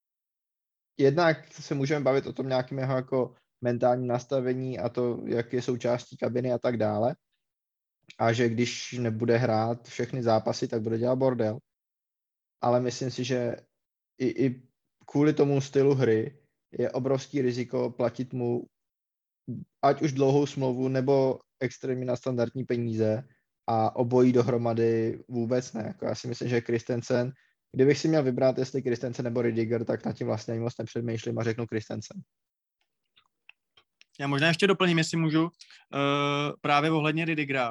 Jednak se můžeme bavit o tom nějakým jeho jako mentálním nastavení a to, jak je součástí kabiny a tak dále. A že když nebude hrát všechny zápasy, tak bude dělat bordel. Ale myslím si, že i, i kvůli tomu stylu hry je obrovský riziko platit mu ať už dlouhou smlouvu nebo extrémně na standardní peníze a obojí dohromady vůbec ne. Jako já si myslím, že Christensen, kdybych si měl vybrat, jestli Christensen nebo Ridiger, tak na tím vlastně ani moc nepředmýšlím a řeknu Christensen. Já možná ještě doplním, jestli můžu, uh, právě ohledně Ridigera.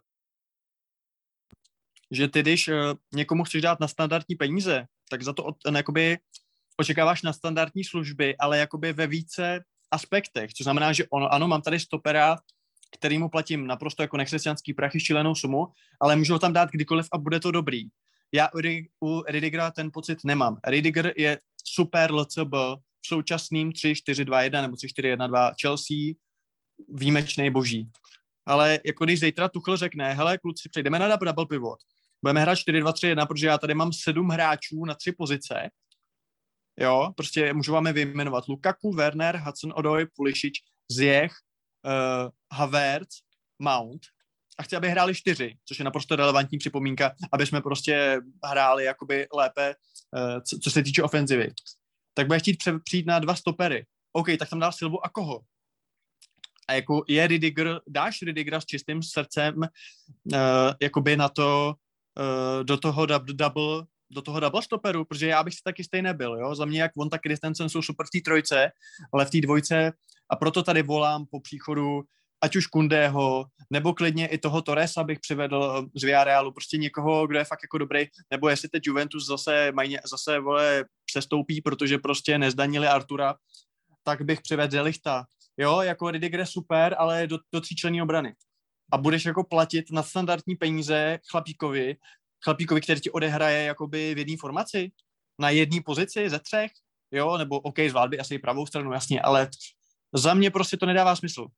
Že ty, když uh, někomu chceš dát na standardní peníze, tak za to od, ne, jakoby očekáváš na standardní služby, ale jakoby ve více aspektech, což znamená, že ono, ano, mám tady stopera, kterýmu platím naprosto jako nekřesťanský prachy šílenou sumu, ale můžu ho tam dát kdykoliv a bude to dobrý. Já u Ridigera ten pocit nemám. Ridiger je super L C B v současným tři čtyři dva jedna nebo tři čtyři jedna dva Chelsea, výjimečný boží. Ale jako když zítra Tuchel řekne, hele kluci, přejdeme na double pivot, budeme hrát čtyři dva tři jedna, protože já tady mám sedm hráčů na tři pozice. Jo, prostě můžu vám je vyjmenovat. Lukaku, Werner, Hudson-Odoi, Pulisic, Ziyech, uh, Havertz, Mount. A chci, aby hráli čtyři, což je naprosto relevantní připomínka, aby jsme prostě hráli jakoby lépe, uh, co, co se týče ofenzivy. Tak bude chtít pře- přijít na dva stopery. OK, tak tam dá Silvu a koho? A jako je Ridiger, dáš Ridigera s čistým srdcem uh, jakoby na to, uh, do toho double, double do toho double stoperu, protože já bych si taky stejně nebyl, jo, za mě jak on, tak Christensen jsou super v té trojce, ale v té dvojce a proto tady volám po příchodu ať už Kundého, nebo klidně i toho Torresa bych přivedl z Villarealu, prostě někoho, kdo je fakt jako dobrý, nebo jestli teď Juventus zase mají, zase vole přestoupí, protože prostě nezdanili Artura, tak bych přivedl Zelichta. Jo, jako Ridiger je super, ale do, do tříčlenné obrany. A budeš jako platit na standardní peníze chlapíkovi, chlapíkovi, který ti odehraje jakoby v jedné formaci, na jedné pozici ze třech, jo, nebo OK, zvlád by asi i pravou stranu, jasně, ale za mě prostě to nedává smysl.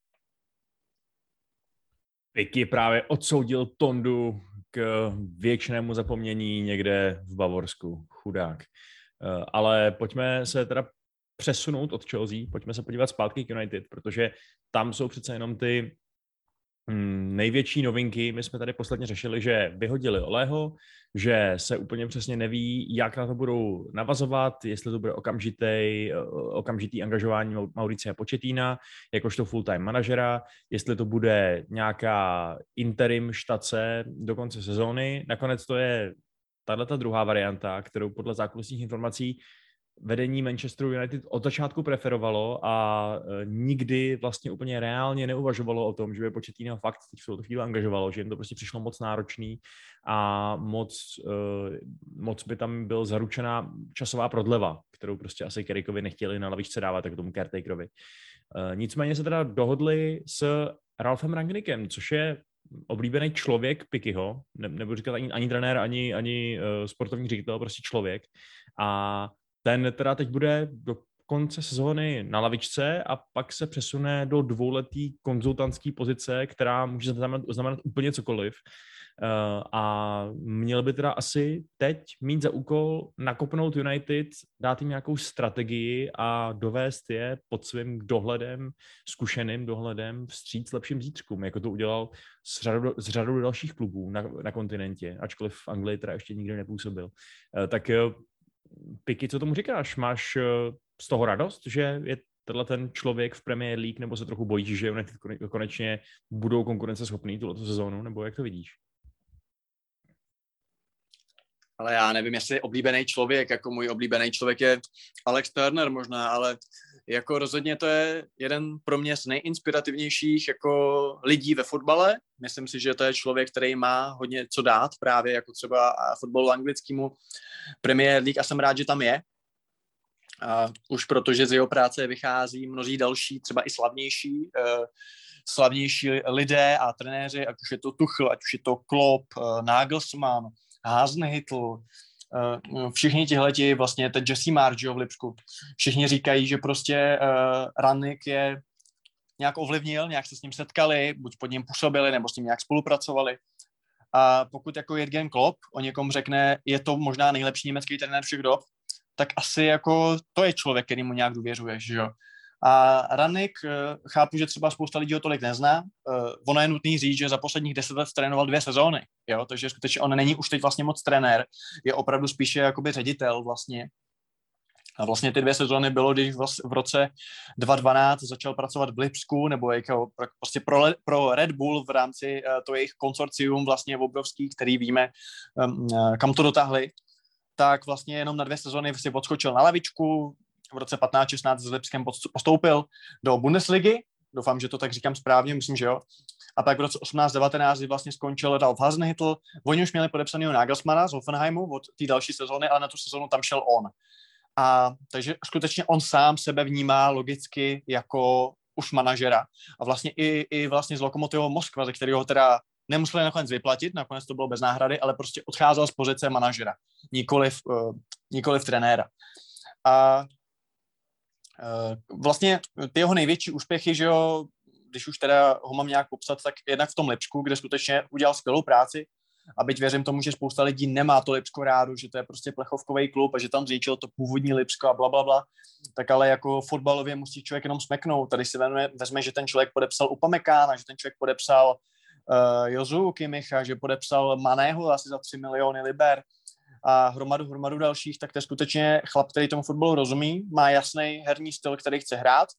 Piky právě odsoudil Tondu k věčnému zapomnění někde v Bavorsku. Chudák. Ale pojďme se teda přesunout od Chelsea, pojďme se podívat zpátky k United, protože tam jsou přece jenom ty mm, největší novinky. My jsme tady posledně řešili, že vyhodili Oleho, že se úplně přesně neví, jak na to budou navazovat, jestli to bude okamžitý, okamžitý angažování Mauricia Pochettina, jakožto full-time manažera, jestli to bude nějaká interim štace do konce sezóny. Nakonec to je tato druhá varianta, kterou podle zákulisních informací vedení Manchesteru United od začátku preferovalo a nikdy vlastně úplně reálně neuvažovalo o tom, že by Pochettino fakt teď v tuto chvíli angažovalo, že jim to prostě přišlo moc náročný a moc, moc by tam byl zaručená časová prodleva, kterou prostě asi Carrickovi nechtěli na lavičce dávat, tak tomu caretakerovi. Nicméně se teda dohodli s Ralphem Rangnickem, což je oblíbený člověk Pikyho, ne, nebudu říkat ani, ani trenér, ani, ani uh, sportovní ředitel, prostě člověk. A ten teda teď bude do konce sezóny na lavičce a pak se přesune do dvouletý konzultantské pozice, která může znamenat, znamenat úplně cokoliv. Uh, a měl by teda asi teď mít za úkol nakopnout United, dát jim nějakou strategii a dovést je pod svým dohledem, zkušeným dohledem vstříc lepším zítřkům, jako to udělal s řadou, s řadou dalších klubů na, na kontinentě, ačkoliv v Anglii teda ještě nikdy nepůsobil. Uh, tak uh, Piky, co tomu říkáš? Máš uh, z toho radost, že je tenhle ten člověk v Premier League, nebo se trochu bojíš, že United konečně budou konkurenceschopný tuto sezónu, nebo jak to vidíš? Ale já nevím, jestli oblíbený člověk, jako můj oblíbený člověk je Alex Turner možná, ale jako rozhodně to je jeden pro mě z nejinspirativnějších jako lidí ve fotbale. Myslím si, že to je člověk, který má hodně co dát právě jako třeba fotbalu anglickému, Premier League a jsem rád, že tam je. A už protože z jeho práce vychází mnozí další, třeba i slavnější, uh, slavnější lidé a trenéři, ať už je to Tuchel, ať už je to Klopp, uh, Nagelsmann, Hasenhüttl, uh, všichni tihleti, vlastně teď Jesse Marsch v Lipsku, všichni říkají, že prostě uh, Rangnick je nějak ovlivnil, nějak se s ním setkali, buď pod ním působili, nebo s ním nějak spolupracovali. A pokud jako Jürgen Klopp o někom řekne, je to možná nejlepší německý trenér všech dob, tak asi jako to je člověk, který mu nějak důvěřuješ, že jo. A Rangnick, chápu, že třeba spousta lidí ho tolik nezná, ono je nutný říct, že za posledních deset let trénoval dvě sezóny, jo, takže skutečně on není už teď vlastně moc trenér, je opravdu spíše jakoby ředitel vlastně. A vlastně ty dvě sezóny bylo, když v roce dva tisíce dvanáct začal pracovat v Lipsku, nebo jako prostě pro, pro Red Bull v rámci to jejich konsorcium vlastně obrovský, který víme, kam to dotáhli, tak vlastně jenom na dvě sezóny si odskočil na lavičku, v roce patnáct šestnáct s Lipskem postoupil do Bundesligy, doufám, že to tak říkám správně, myslím, že jo. A pak v roce osmnáct devatenáct vlastně skončil Ralf Hasenhüttl, oni už měli podepsanýho Nagelsmana z Hoffenheimu od té další sezóny, ale na tu sezónu tam šel on. A takže skutečně on sám sebe vnímá logicky jako už manažera. A vlastně i, i vlastně z Lokomotivou Moskva, ze kterého teda nemuseli nakonec vyplatit, nakonec to bylo bez náhrady, ale prostě odcházel z pozice manažera, nikoliv, uh, nikoliv trenéra. A uh, vlastně ty jeho největší úspěchy, že jo, když už teda ho mám nějak popsat, tak jednak v tom Lipsku, kde skutečně udělal skvělou práci, a byť věřím tomu, že spousta lidí nemá to Lipsko rádu, že to je prostě plechovkový klub a že tam zničil to původní Lipsko a blablabla, bla, bla, tak ale jako fotbalově musí člověk jenom smeknout. Tady si vezme, vezme že ten člověk podepsal Upamekána, že ten člověk podepsal uh, Jozu Kimicha, že podepsal Maného asi za tři miliony liber a hromadu, hromadu dalších, tak to je skutečně chlap, který tomu fotbalu rozumí, má jasný herní styl, který chce hrát.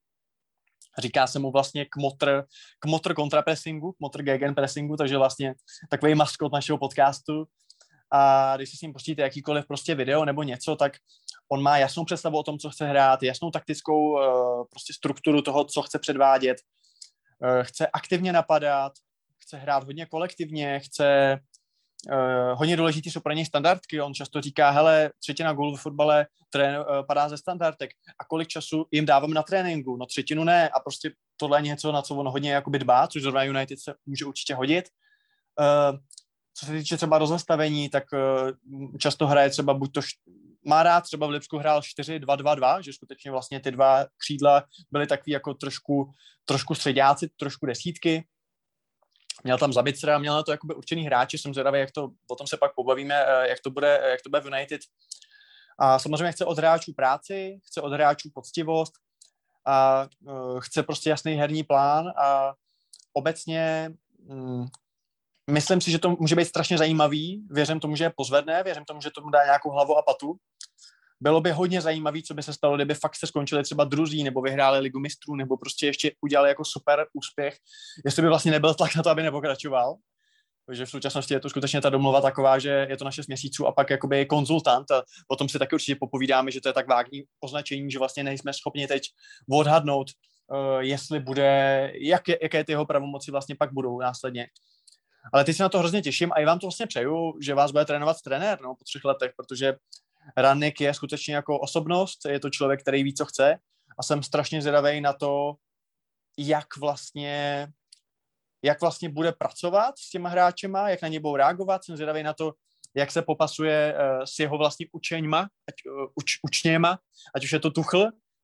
Říká se mu vlastně kmotr, kmotr kontrapressingu, kmotr gegenpressingu, takže vlastně takový maskot našeho podcastu. A když si s ním pustíte jakýkoliv prostě video nebo něco, tak on má jasnou představu o tom, co chce hrát, jasnou taktickou uh, prostě strukturu toho, co chce předvádět. Uh, chce aktivně napadat, chce hrát hodně kolektivně, chce uh, hodně důležitý jsou pro něj standardky. On často říká, hele, třetina gólů v fotbale trén, uh, padá ze standardek. A kolik času jim dáváme na tréninku? No třetinu ne. A prostě tohle je něco, na co on hodně jakoby dbá, což zrovna United se může určitě hodit. Uh, co se týče třeba rozestavení, tak uh, často hraje třeba buď to št- má rád, třeba v Lipsku hrál čtyři dva dva dva, že skutečně vlastně ty dva křídla byly takový jako trošku, trošku středáci, trošku desítky. Měl tam Zabicera, měl na to jakoby určený hráči, jsem zvědavý, jak to, o tom se pak pobavíme, jak to bude, jak to bude v United. A samozřejmě chce od hráčů práci, chce od hráčů poctivost a uh, chce prostě jasný herní plán a obecně um, myslím si, že to může být strašně zajímavý, věřím tomu, že je pozvedne, věřím tomu, že tomu dá nějakou hlavu a patu. Bylo by hodně zajímavý, co by se stalo, kdyby fakt se skončili třeba druzí, nebo vyhráli Ligu mistrů, nebo prostě ještě udělali jako super úspěch, jestli by vlastně nebyl tlak na to, aby nepokračoval. Takže v současnosti je to skutečně ta domluva taková, že je to na šest měsíců a pak jakoby konzultant. A o tom si taky určitě popovídáme, že to je tak vágní označení, že vlastně nejsme schopni teď odhadnout, uh, jestli bude, jak je, jaké ty jeho pravomoci vlastně pak budou následně. Ale teď se na to hrozně těším a i vám to vlastně přeju, že vás bude trénovat trenér no, po třech letech, protože Rangnick je skutečně jako osobnost, je to člověk, který ví, co chce a jsem strašně zvědavý na to, jak vlastně, jak vlastně bude pracovat s těma hráčema, jak na ně budou reagovat, jsem zvědavý na to, jak se popasuje uh, s jeho vlastní učeňma, ať, uh, uč, učněma, ať už je to Tuchel,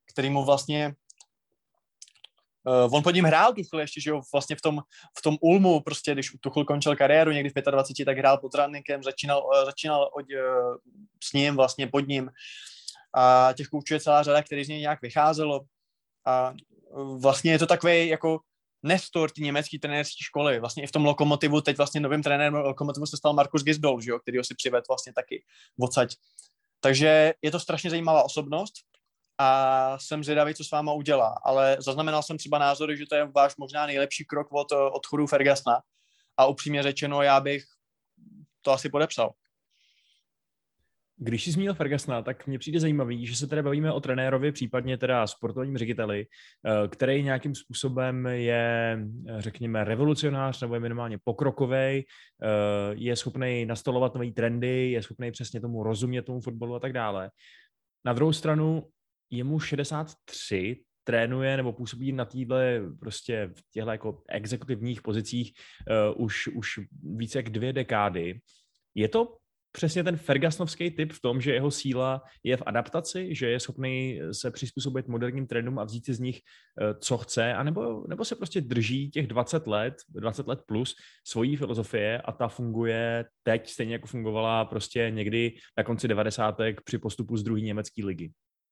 který mu vlastně Uh, on pod ním hrál Tuchel ještě, že jo, vlastně v tom, v tom Ulmu, prostě když Tuchel končil kariéru někdy v dvaceti pěti, tak hrál pod Rangnickem, začínal, uh, začínal od, uh, s ním, vlastně pod ním a těch koučů je celá řada, který z něj nějak vycházelo a uh, vlastně je to takový jako nestor ty německý trenérské školy, vlastně i v tom Lokomotivu, teď vlastně novým trenérem Lokomotivu se stal Markus Gisdol, že jo, který ho si přivedl vlastně taky odsaď. Takže je to strašně zajímavá osobnost a jsem zvědavý, co s váma udělá, ale zaznamenal jsem třeba názory, že to je váš možná nejlepší krok od odchodu Fergusona a upřímně řečeno, já bych to asi podepsal. Když jsi zmínil Fergusona, tak mně přijde zajímavý, že se tady bavíme o trenérovi, případně teda sportovním řediteli, který nějakým způsobem je, řekněme, revolucionář nebo je minimálně pokrokovej, je schopný nastolovat nové trendy, je schopný přesně tomu rozumět, tomu fotbalu a tak dále. Na druhou stranu je mu šedesát tři, trénuje nebo působí na týhle prostě v těchto jako exekutivních pozicích uh, už, už více jak dvě dekády. Je to přesně ten Fergusonovský typ v tom, že jeho síla je v adaptaci, že je schopný se přizpůsobit moderním trendům a vzít si z nich, uh, co chce, anebo, nebo se prostě drží těch dvacet let, dvacet let plus svojí filozofie a ta funguje teď stejně jako fungovala prostě někdy na konci devadesátek při postupu z druhé německé ligy.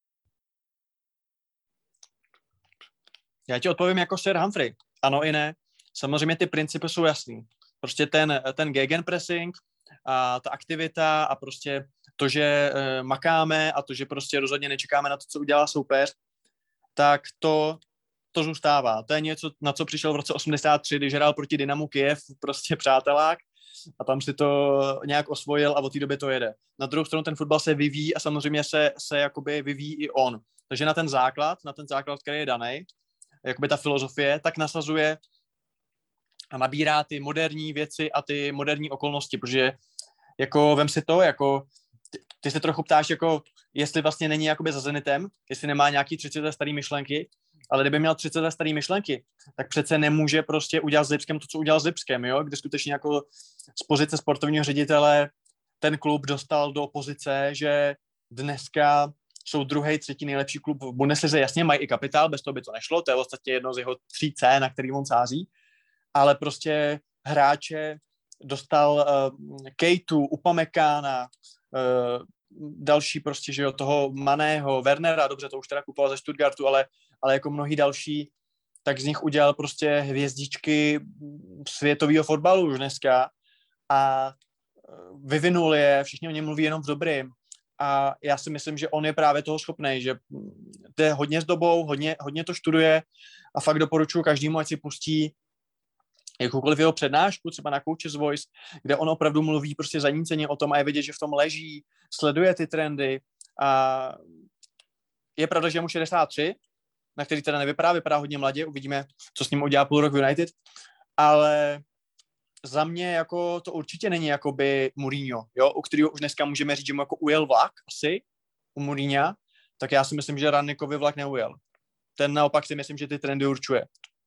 Já ti odpovím jako Sir Humphrey. Ano i ne. Samozřejmě ty principy jsou jasný. Prostě ten, ten gegenpressing a ta aktivita a prostě to, že e, makáme a to, že prostě rozhodně nečekáme na to, co udělá soupeř, tak to, to zůstává. To je něco, na co přišel v roce osmdesát tři, když hrál proti Dynamu Kyjev, prostě přátelák a tam si to nějak osvojil a od té doby to jede. Na druhou stranu ten fotbal se vyvíjí a samozřejmě se, se jakoby vyvíjí i on. Takže na ten základ, na ten základ, který je daný, jakoby ta filozofie, tak nasazuje a nabírá ty moderní věci a ty moderní okolnosti, protože jako vem si to, jako ty, ty se trochu ptáš, jako jestli vlastně není jakoby za Zenitem, jestli nemá nějaký třicet let starý myšlenky, ale kdyby měl třicet let starý myšlenky, tak přece nemůže prostě udělat s Lipskem to, co udělal s Lipskem, jo, kde skutečně jako z pozice sportovního ředitele ten klub dostal do pozice, že dneska jsou druhý, třetí nejlepší klub v Bundeslize, jasně mají i kapitál, bez toho by to nešlo, to je vlastně jedno z jeho tří C, na který on sází, ale prostě hráče dostal uh, Kejtu, Upamekána, uh, další prostě, že jo, toho Maného, Wernera, dobře, to už teda kupoval ze Stuttgartu, ale, ale jako mnohý další, tak z nich udělal prostě hvězdičky světového fotbalu už dneska a vyvinul je, všichni o něm mluví jenom v dobrým. A já si myslím, že on je právě toho schopný, že jde hodně s dobou, hodně, hodně to studuje a fakt doporučuji každému, ať si pustí jakoukoliv jeho přednášku, třeba na Coach's Voice, kde on opravdu mluví prostě zaníceně o tom a je vidět, že v tom leží, sleduje ty trendy a je pravda, že je mu šedesát tři, na který teda nevypadá, vypadá hodně mladě, uvidíme, co s ním udělá půl rok United, ale za mě jako to určitě není jakoby Mourinho, jo, u kterého už dneska můžeme říct, že mu jako ujel vlak asi, u Mourinha, tak já si myslím, že Rangnickovi vlak neujel. Ten naopak si myslím, že ty trendy určuje.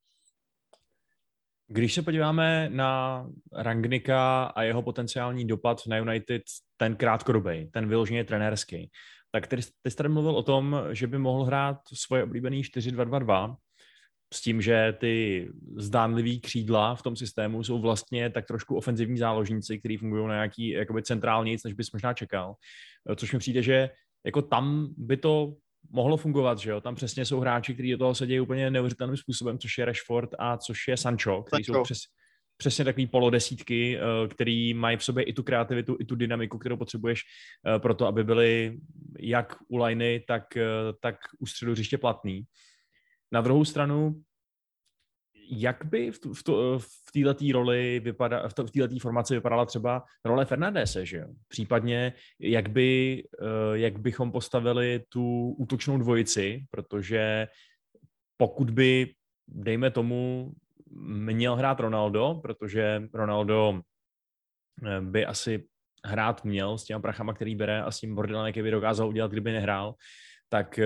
Když se podíváme na Rangnicka a jeho potenciální dopad na United, ten krátkodobý, ten vyloženě trenérský, tak ty, ty jsi tady mluvil o tom, že by mohl hrát svoje oblíbený čtyři dva dva dva, s tím, že ty zdánlivý křídla v tom systému jsou vlastně tak trošku ofenzivní záložníci, kteří fungují na nějaký jakoby centrálnějc, než bys možná čekal. Což mi přijde, že jako tam by to mohlo fungovat, že jo? Tam přesně jsou hráči, kteří do toho se dějí úplně neuvěřitelným způsobem, což je Rashford a což je Sancho, kteří jsou přes, přesně takový polodesítky, který mají v sobě i tu kreativitu, i tu dynamiku, kterou potřebuješ pro to, aby byly jak u liney, tak, tak u středu hřiště platný. Na druhou stranu, jak by v, v, to, v této roli vypadá, v, v této formaci vypadala třeba role Fernandese, že jo? Případně, jak, by, jak bychom postavili tu útočnou dvojici, protože pokud by, dejme tomu, měl hrát Ronaldo, protože Ronaldo by asi hrát měl s těma prachama, který bere a s tím bordelem, jaký by dokázal udělat, kdyby nehrál, tak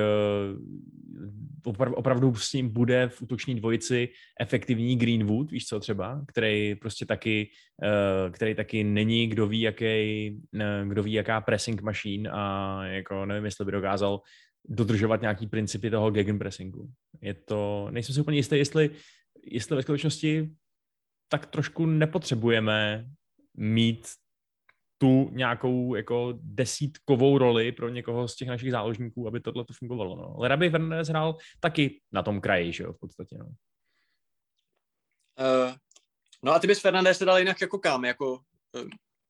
opravdu s ním bude v útoční dvojici efektivní Greenwood, víš co třeba, který prostě taky, který taky není kdo ví, jaký, kdo ví, jaká pressing machine a jako nevím, jestli by dokázal dodržovat nějaký principy toho gegenpressingu. Je to, nejsem si úplně jistý, jestli, jestli ve skutečnosti tak trošku nepotřebujeme mít tu nějakou jako desítkovou roli pro někoho z těch našich záložníků, aby tohle to fungovalo. No. Ale Rabbi Fernandez hrál taky na tom kraji, že jo, v podstatě. No, uh, no a ty bys Fernandez se dal jinak jako kam? Jako, uh,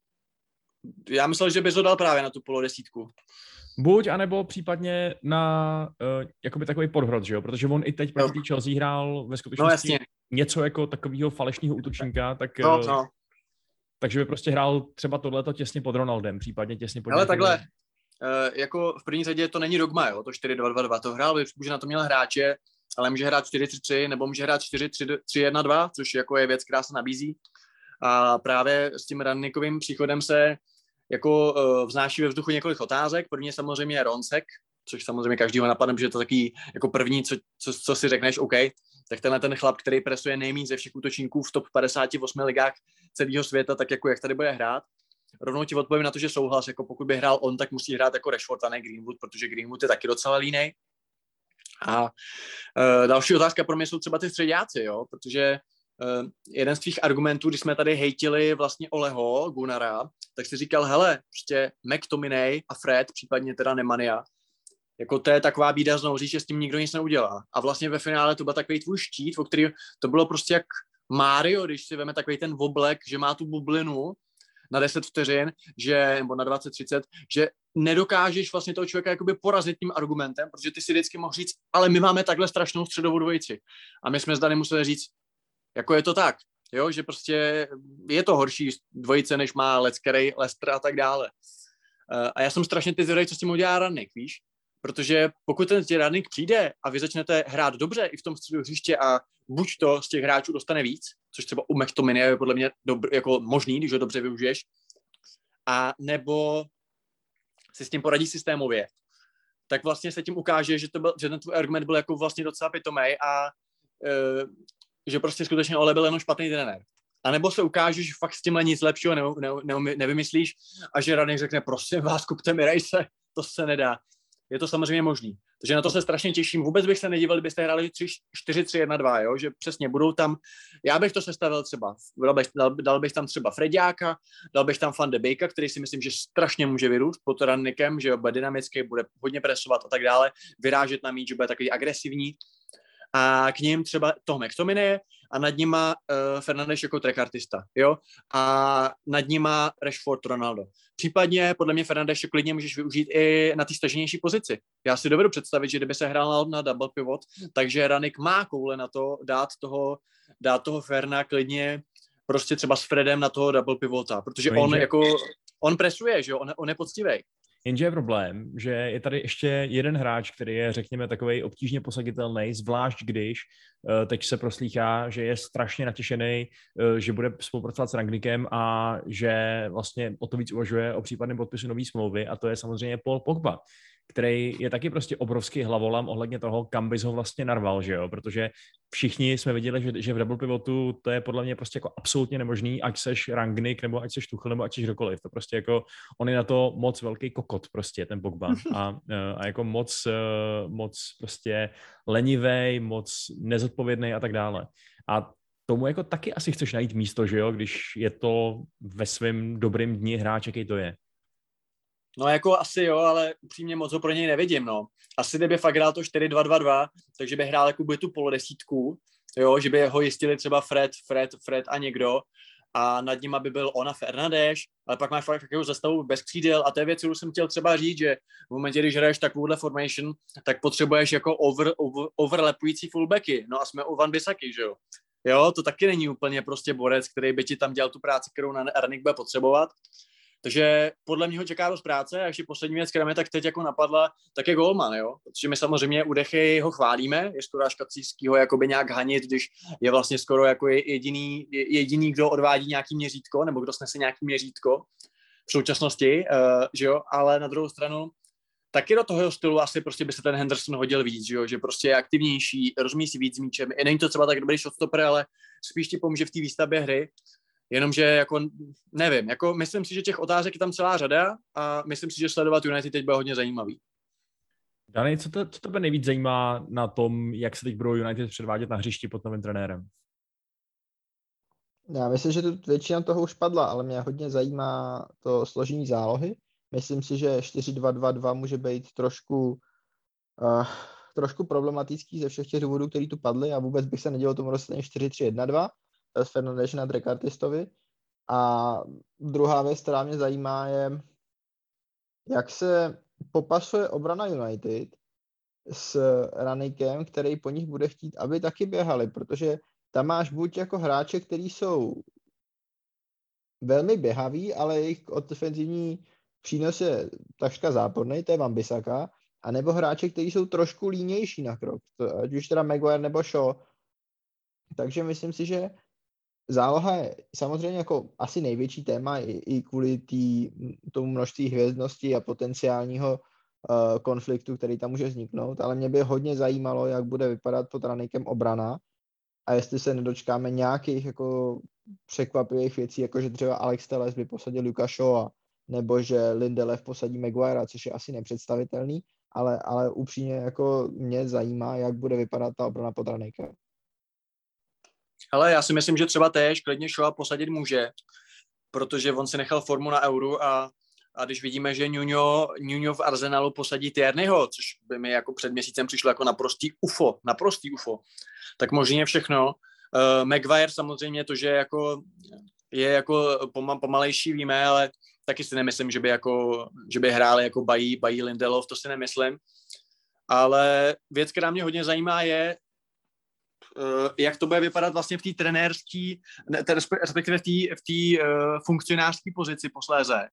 já myslel, že bys ho dal právě na tu polodesítku. Buď, anebo případně na uh, jakoby takový podhrot, že jo, protože on i teď proti no. Chelsea hrál ve skutečnosti no, něco jako takového falešného útočníka, tak no, uh, no. takže by prostě hrál třeba tohleto těsně pod Ronaldem, případně těsně pod... Ale takhle, uh, jako v první řadě to není dogma, jo, to čtyři dva dva dva, to hrál, že na to měl hráče, ale může hrát čtyři tři tři, nebo může hrát čtyři tři jedna dva, což jako je věc, která se nabízí. A právě s tím Rangnickovým příchodem se jako uh, vznáší ve vzduchu několik otázek. První je samozřejmě Ronsek, což samozřejmě každýho napadne, že je to takový jako první, co, co, co si řekneš, OK, tak tenhle ten chlap, který presuje nejméně ze všech útočníků v top padesáti osmi ligách celého světa, tak jako jak tady bude hrát. Rovnou ti odpovím na to, že souhlas, jako pokud by hrál on, tak musí hrát jako Rashford a ne Greenwood, protože Greenwood je taky docela línej. A uh, další otázka pro mě jsou třeba ty středáci, jo, protože uh, jeden z tvých argumentů, když jsme tady hejtili vlastně Oleho, Gunnara, tak si říkal, hele, prostě McTominay a Fred, případně teda Nemanja, jako to je taková bída znovu říct, že s tím nikdo nic neudělá. A vlastně ve finále to byl takový tvůj štít, o který to bylo prostě jak Mario, když si veme takový ten oblek, že má tu bublinu na deset vteřin, že, nebo na dvacet třicet, že nedokážeš vlastně toho člověka jakoby porazit tím argumentem, protože ty si vždycky mohl říct, ale my máme takhle strašnou středovou dvojici. A my jsme zde museli říct, jako je to tak, jo, že prostě je to horší dvojice, než má Leckerej, Leicester a tak dále. A já jsem strašně ty zvědavý, co s tím udělá Rangnick, víš? Protože pokud ten Rangnick přijde a vy začnete hrát dobře i v tom středu hřiště a buď to z těch hráčů dostane víc, což třeba u McTominay je podle mě dobr, jako možný, když ho dobře využiješ, a nebo si s tím poradí systémově, tak vlastně se tím ukáže, že, to byl, že ten tvůj argument byl jako vlastně docela pitomej a e, že prostě skutečně Ole byl jenom špatný trenér. A nebo se ukáže, že fakt s tímhle nic lepšího ne, ne, ne, nevymyslíš a že Rangnick řekne, prosím vás, kupte mi Rejse, to se nedá. Je to samozřejmě možný. Takže na to se strašně těším. Vůbec bych se nedíval, kdybyste hráli čtyři tři jedna dva, jo? Že přesně budou tam, já bych to sestavil třeba, dal bych, dal, dal bych tam třeba Frediáka, dal bych tam Van de Beeka, který si myslím, že strašně může vyrůst pod Rangnickem, že bude dynamický, bude hodně presovat a tak dále, vyrážet na míč, že bude takový agresivní. A k ním třeba toho McTominay a nad nima uh, Fernandes jako trekartista, jo? A nad nima Rashford, Ronaldo. Případně podle mě Fernandes klidně můžeš využít i na té staženější pozici. Já si dovedu představit, že kdyby se hrál na double pivot, takže Rangnick má koule na to dát toho, dát toho Ferna klidně prostě třeba s Fredem na toho double pivota, protože no, on jako, on presuje, že jo? On, on je poctivej. Jenže je problém, že je tady ještě jeden hráč, který je, řekněme, takovej obtížně posaditelný, zvlášť když uh, teď se proslýchá, že je strašně natěšený, uh, že bude spolupracovat s Rangnickem a že vlastně o to víc uvažuje o případném podpisu nové smlouvy, a to je samozřejmě Paul Pogba, který je taky prostě obrovský hlavolam ohledně toho, kam bys ho vlastně narval, že jo, protože všichni jsme viděli, že, že v double pivotu to je podle mě prostě jako absolutně nemožný, ať seš Rangnick, nebo ať seš Tuchel, nebo ať seš kdokoliv, to prostě jako, on je na to moc velký kokot prostě, ten Pogba, a, a jako moc, moc prostě lenivej, moc nezodpovědný a tak dále. A tomu jako taky asi chceš najít místo, že jo, když je to ve svém dobrým dni hráč, jaký to je. No jako asi jo, ale upřímně moc ho pro něj nevidím, no. Asi kdyby fakt hrál to čtyři dva dva dva, takže by hrál jako by tu polodesítku, jo, že by ho jistili třeba Fred, Fred, Fred a někdo a nad ním by byl on a Fernandes, ale pak máš fakt takovou zastavu bez křídel a to je věc, kterou jsem chtěl třeba říct, že v momentě, když hraješ takovouhle formation, tak potřebuješ jako over, over, overlapující fullbacky, no a jsme u Van Bissaky, že jo. Jo, to taky není úplně prostě borec, který by ti tam dělal tu práci, kterou na Rangnick bude potřebovat. Takže podle mě ho čeká dost práce a ještě poslední věc, která mě tak teď jako napadla, tak je golman, jo. Protože my samozřejmě u Dechy ho chválíme, je skoro až kacířský ho jakoby nějak hanit, když je vlastně skoro jako jediný, jediný, kdo odvádí nějaký měřítko, nebo kdo snese nějaký měřítko v současnosti, uh, že jo, ale na druhou stranu taky do toho stylu asi prostě by se ten Henderson hodil víc, že jo, že prostě je aktivnější, rozumí si víc s míčem. I není to třeba tak dobrý shotstopper, ale spíš ti pomůže v té výstavbě hry. Jenomže jako nevím, jako myslím si, že těch otázek je tam celá řada a myslím si, že sledovat United teď bude hodně zajímavý. Dani, co, to, co tebe nejvíc zajímá na tom, jak se teď budou United předvádět na hřišti pod novým trenérem? Já myslím, že tu většina toho už padla, ale mě hodně zajímá to složení zálohy. Myslím si, že čtyři dva dva dva může být trošku, uh, trošku problematický ze všech těch důvodů, které tu padly a vůbec bych se nedělal tomu rozhodně čtyři tři jedna dva s Fernandešem na Trekartistovi. A druhá věc, která mě zajímá, je, jak se popasuje obrana United s Ranikem, který po nich bude chtít, aby taky běhali, protože tam máš buď jako hráče, kteří jsou velmi běhaví, ale jejich ofenzivní přínos je takřka záporný, to je Wan-Bissaka, anebo hráče, kteří jsou trošku línější na krok, ať už teda Maguire nebo Shaw. Takže myslím si, že záloha je samozřejmě jako asi největší téma i, i kvůli tý, tomu množství hvězdnosti a potenciálního uh, konfliktu, který tam může vzniknout, ale mě by hodně zajímalo, jak bude vypadat pod Ranikem obrana a jestli se nedočkáme nějakých jako překvapivých věcí, jako že třeba Alex Telles by posadil Luka Shawa, nebo že Lindelöf posadí Maguirea, což je asi nepředstavitelný, ale, ale upřímně jako mě zajímá, jak bude vypadat ta obrana pod Ranikem. Ale já si myslím, že třeba též klidně Shawa posadit může, protože on si nechal formu na Euru a, a když vidíme, že Nuno, Nuno v Arsenalu posadí Tierneyho, což by mi jako před měsícem přišlo jako naprostý ufo, naprostý ufo, tak možně všechno. Uh, Maguire samozřejmě to, že jako je jako pom- pomalejší, víme, ale taky si nemyslím, že by, jako, že by hráli jako Bailly, Bailly Lindelof, to si nemyslím. Ale věc, která mě hodně zajímá, je, jak to bude vypadat vlastně v té trenérské, respektive v té v té uh, funkcionářské pozici posléze.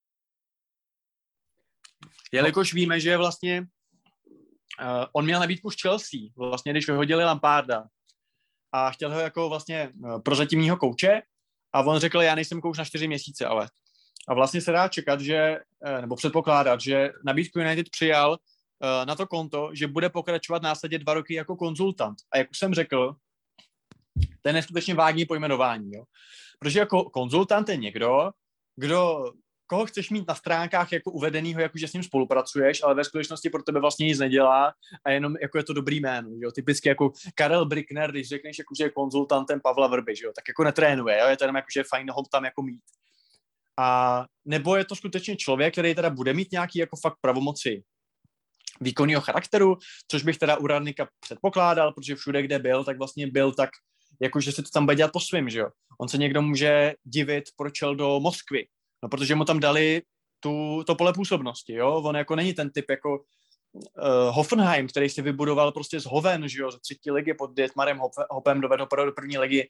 Jelikož víme, že vlastně uh, on měl nabídku z Chelsea, vlastně když vyhodili Lamparda a chtěl ho jako vlastně uh, prozatímního kouče a on řekl, já nejsem kouč na čtyři měsíce, ale. A vlastně se dá čekat, že, uh, nebo předpokládat, že nabídku United přijal na to konto, že bude pokračovat následně dva roky jako konzultant. A jak už jsem řekl, to je neskutečně vágní pojmenování. Jo? Protože jako konzultant je někdo, kdo, koho chceš mít na stránkách jako uvedenýho, jako že s ním spolupracuješ, ale ve skutečnosti pro tebe vlastně nic nedělá a jenom jako je to dobrý jméno. Jo? Typicky jako Karel Brickner, když řekneš, jako, že je konzultantem Pavla Vrby, že jo? Tak jako netrénuje, jo? Je to jenom jako, že je fajn ho tam jako mít. A nebo je to skutečně člověk, který teda bude mít nějaký jako fakt pravomoci výkonného charakteru, což bych teda u Rangnicka předpokládal, protože všude, kde byl, tak vlastně byl tak, jakože si to tam bude dělat po svým, že jo. On se někdo může divit, proč šel do Moskvy, no protože mu tam dali tu, to pole působnosti, jo. On jako není ten typ jako uh, Hoffenheim, který si vybudoval prostě z Hoven, že jo, ze třetí ligy pod Dietmarem Hopem dovedl do první ligy.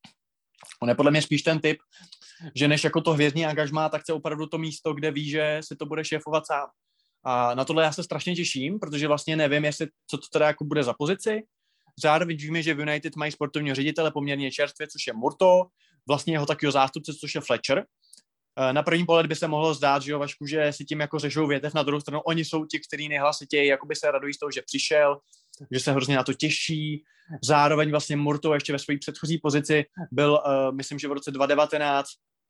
On je podle mě spíš ten typ, že než jako to hvězdní angažmá, tak chce opravdu to místo, kde ví, že si to bude šéfovat sám. A na tohle já se strašně těším, protože vlastně nevím, jestli, co to teda jako bude za pozici. Zároveň víme, že v United mají sportovního ředitele poměrně čerstvě, což je Murto, vlastně jeho takového zástupce, což je Fletcher. Na první pohled by se mohlo zdát, že jo, Vašku, že si tím jako řešou větev, na druhou stranu oni jsou ti, kteří nejhlasitěji jakoby se radují z toho, že přišel, že se hrozně na to těší. Zároveň vlastně Murto ještě ve své předchozí pozici byl, uh, myslím, že v roce dva tisíce devatenáct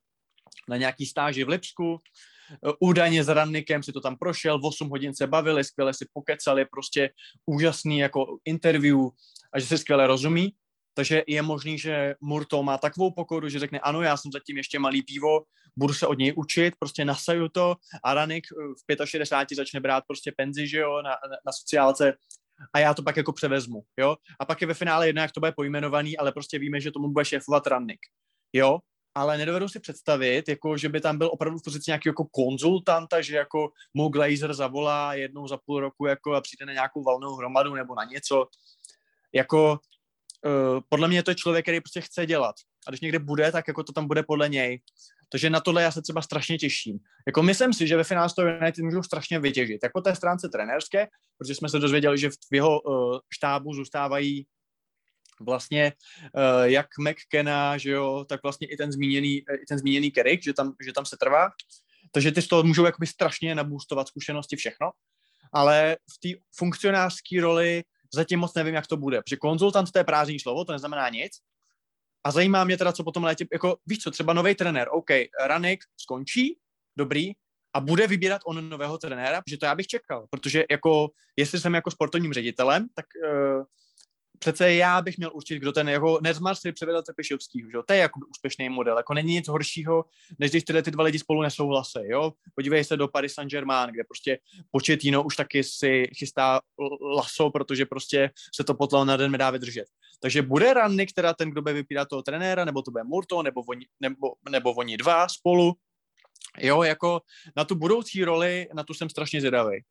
na nějaký stáži v Lipsku. Údajně s Rangnickem si to tam prošel, osm hodin se bavili, skvěle si pokecali, prostě úžasný jako interview a že se skvěle rozumí. Takže je možný, že Murto má takovou pokoru, že řekne, ano, já jsem zatím ještě malý pivo, budu se od něj učit, prostě nasaju to a Rangnick v šedesát pět začne brát prostě penzi, že jo, na, na, na sociálce a já to pak jako převezmu, jo. A pak je ve finále jedno, jak to bude pojmenovaný, ale prostě víme, že tomu bude šéfovat Rangnick, jo. Ale nedovedu si představit, jako, že by tam byl opravdu v pozici nějakého jako konzultanta, že jako mu Glazer zavolá jednou za půl roku jako a přijde na nějakou valnou hromadu nebo na něco. Jako, uh, podle mě to je člověk, který prostě chce dělat. A když někde bude, tak jako to tam bude podle něj. Takže na tohle já se třeba strašně těším. Jako myslím si, že ve finále z toho United můžou strašně vytěžit. Tak po té stránce trenérské, protože jsme se dozvěděli, že v jeho uh, štábu zůstávají vlastně uh, jak McKenna, že jo, tak vlastně i ten zmíněný, i ten zmíněný Carrick, že tam, že tam se trvá. Takže ty z toho můžou jakoby strašně naboostovat zkušenosti, všechno. Ale v té funkcionářské roli zatím moc nevím, jak to bude. Protože konzultant to je prázdný slovo, to neznamená nic. A zajímá mě teda, co potom létě, jako víš co, třeba nový trenér, OK, Rangnick skončí, dobrý, a bude vybírat on nového trenéra, protože to já bych čekal, protože jako, jestli jsem jako sportovním ředitelem, tak uh, přece já bych měl určit, kdo ten jeho Nezmar si přivedl Trpišovskýho, že jo, to je jako úspěšný model, jako není nic horšího, než když tyhle ty dva lidi spolu nesouhlasí, jo, podívej se do Paris Saint-Germain, kde prostě Pochettino už taky si chystá laso, protože prostě se to potlal na den nedá vydržet. Takže bude Rangnick teda ten, kdo bude vypírat toho trenéra, nebo to bude Murto, nebo oni, nebo, nebo oni dva spolu, jo, jako na tu budoucí roli, na tu jsem strašně zvědavý.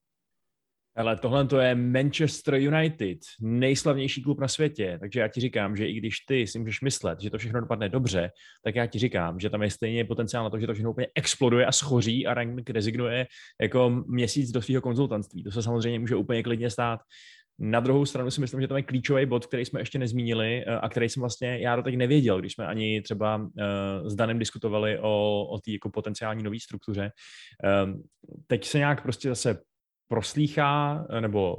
Ale tohle to je Manchester United, nejslavnější klub na světě, takže já ti říkám, že i když ty si můžeš myslet, že to všechno dopadne dobře, tak já ti říkám, že tam je stejně potenciál na to, že to všechno úplně exploduje a schoří a Rangnick rezignuje jako měsíc do svého konzultantství. To se samozřejmě může úplně klidně stát. Na druhou stranu si myslím, že tam je klíčový bod, který jsme ještě nezmínili a který jsem vlastně já doteď nevěděl, když jsme ani třeba uh, s Danem diskutovali o, o té jako potenciální nové struktuře. Um, teď se nějak prostě zase proslýchá, nebo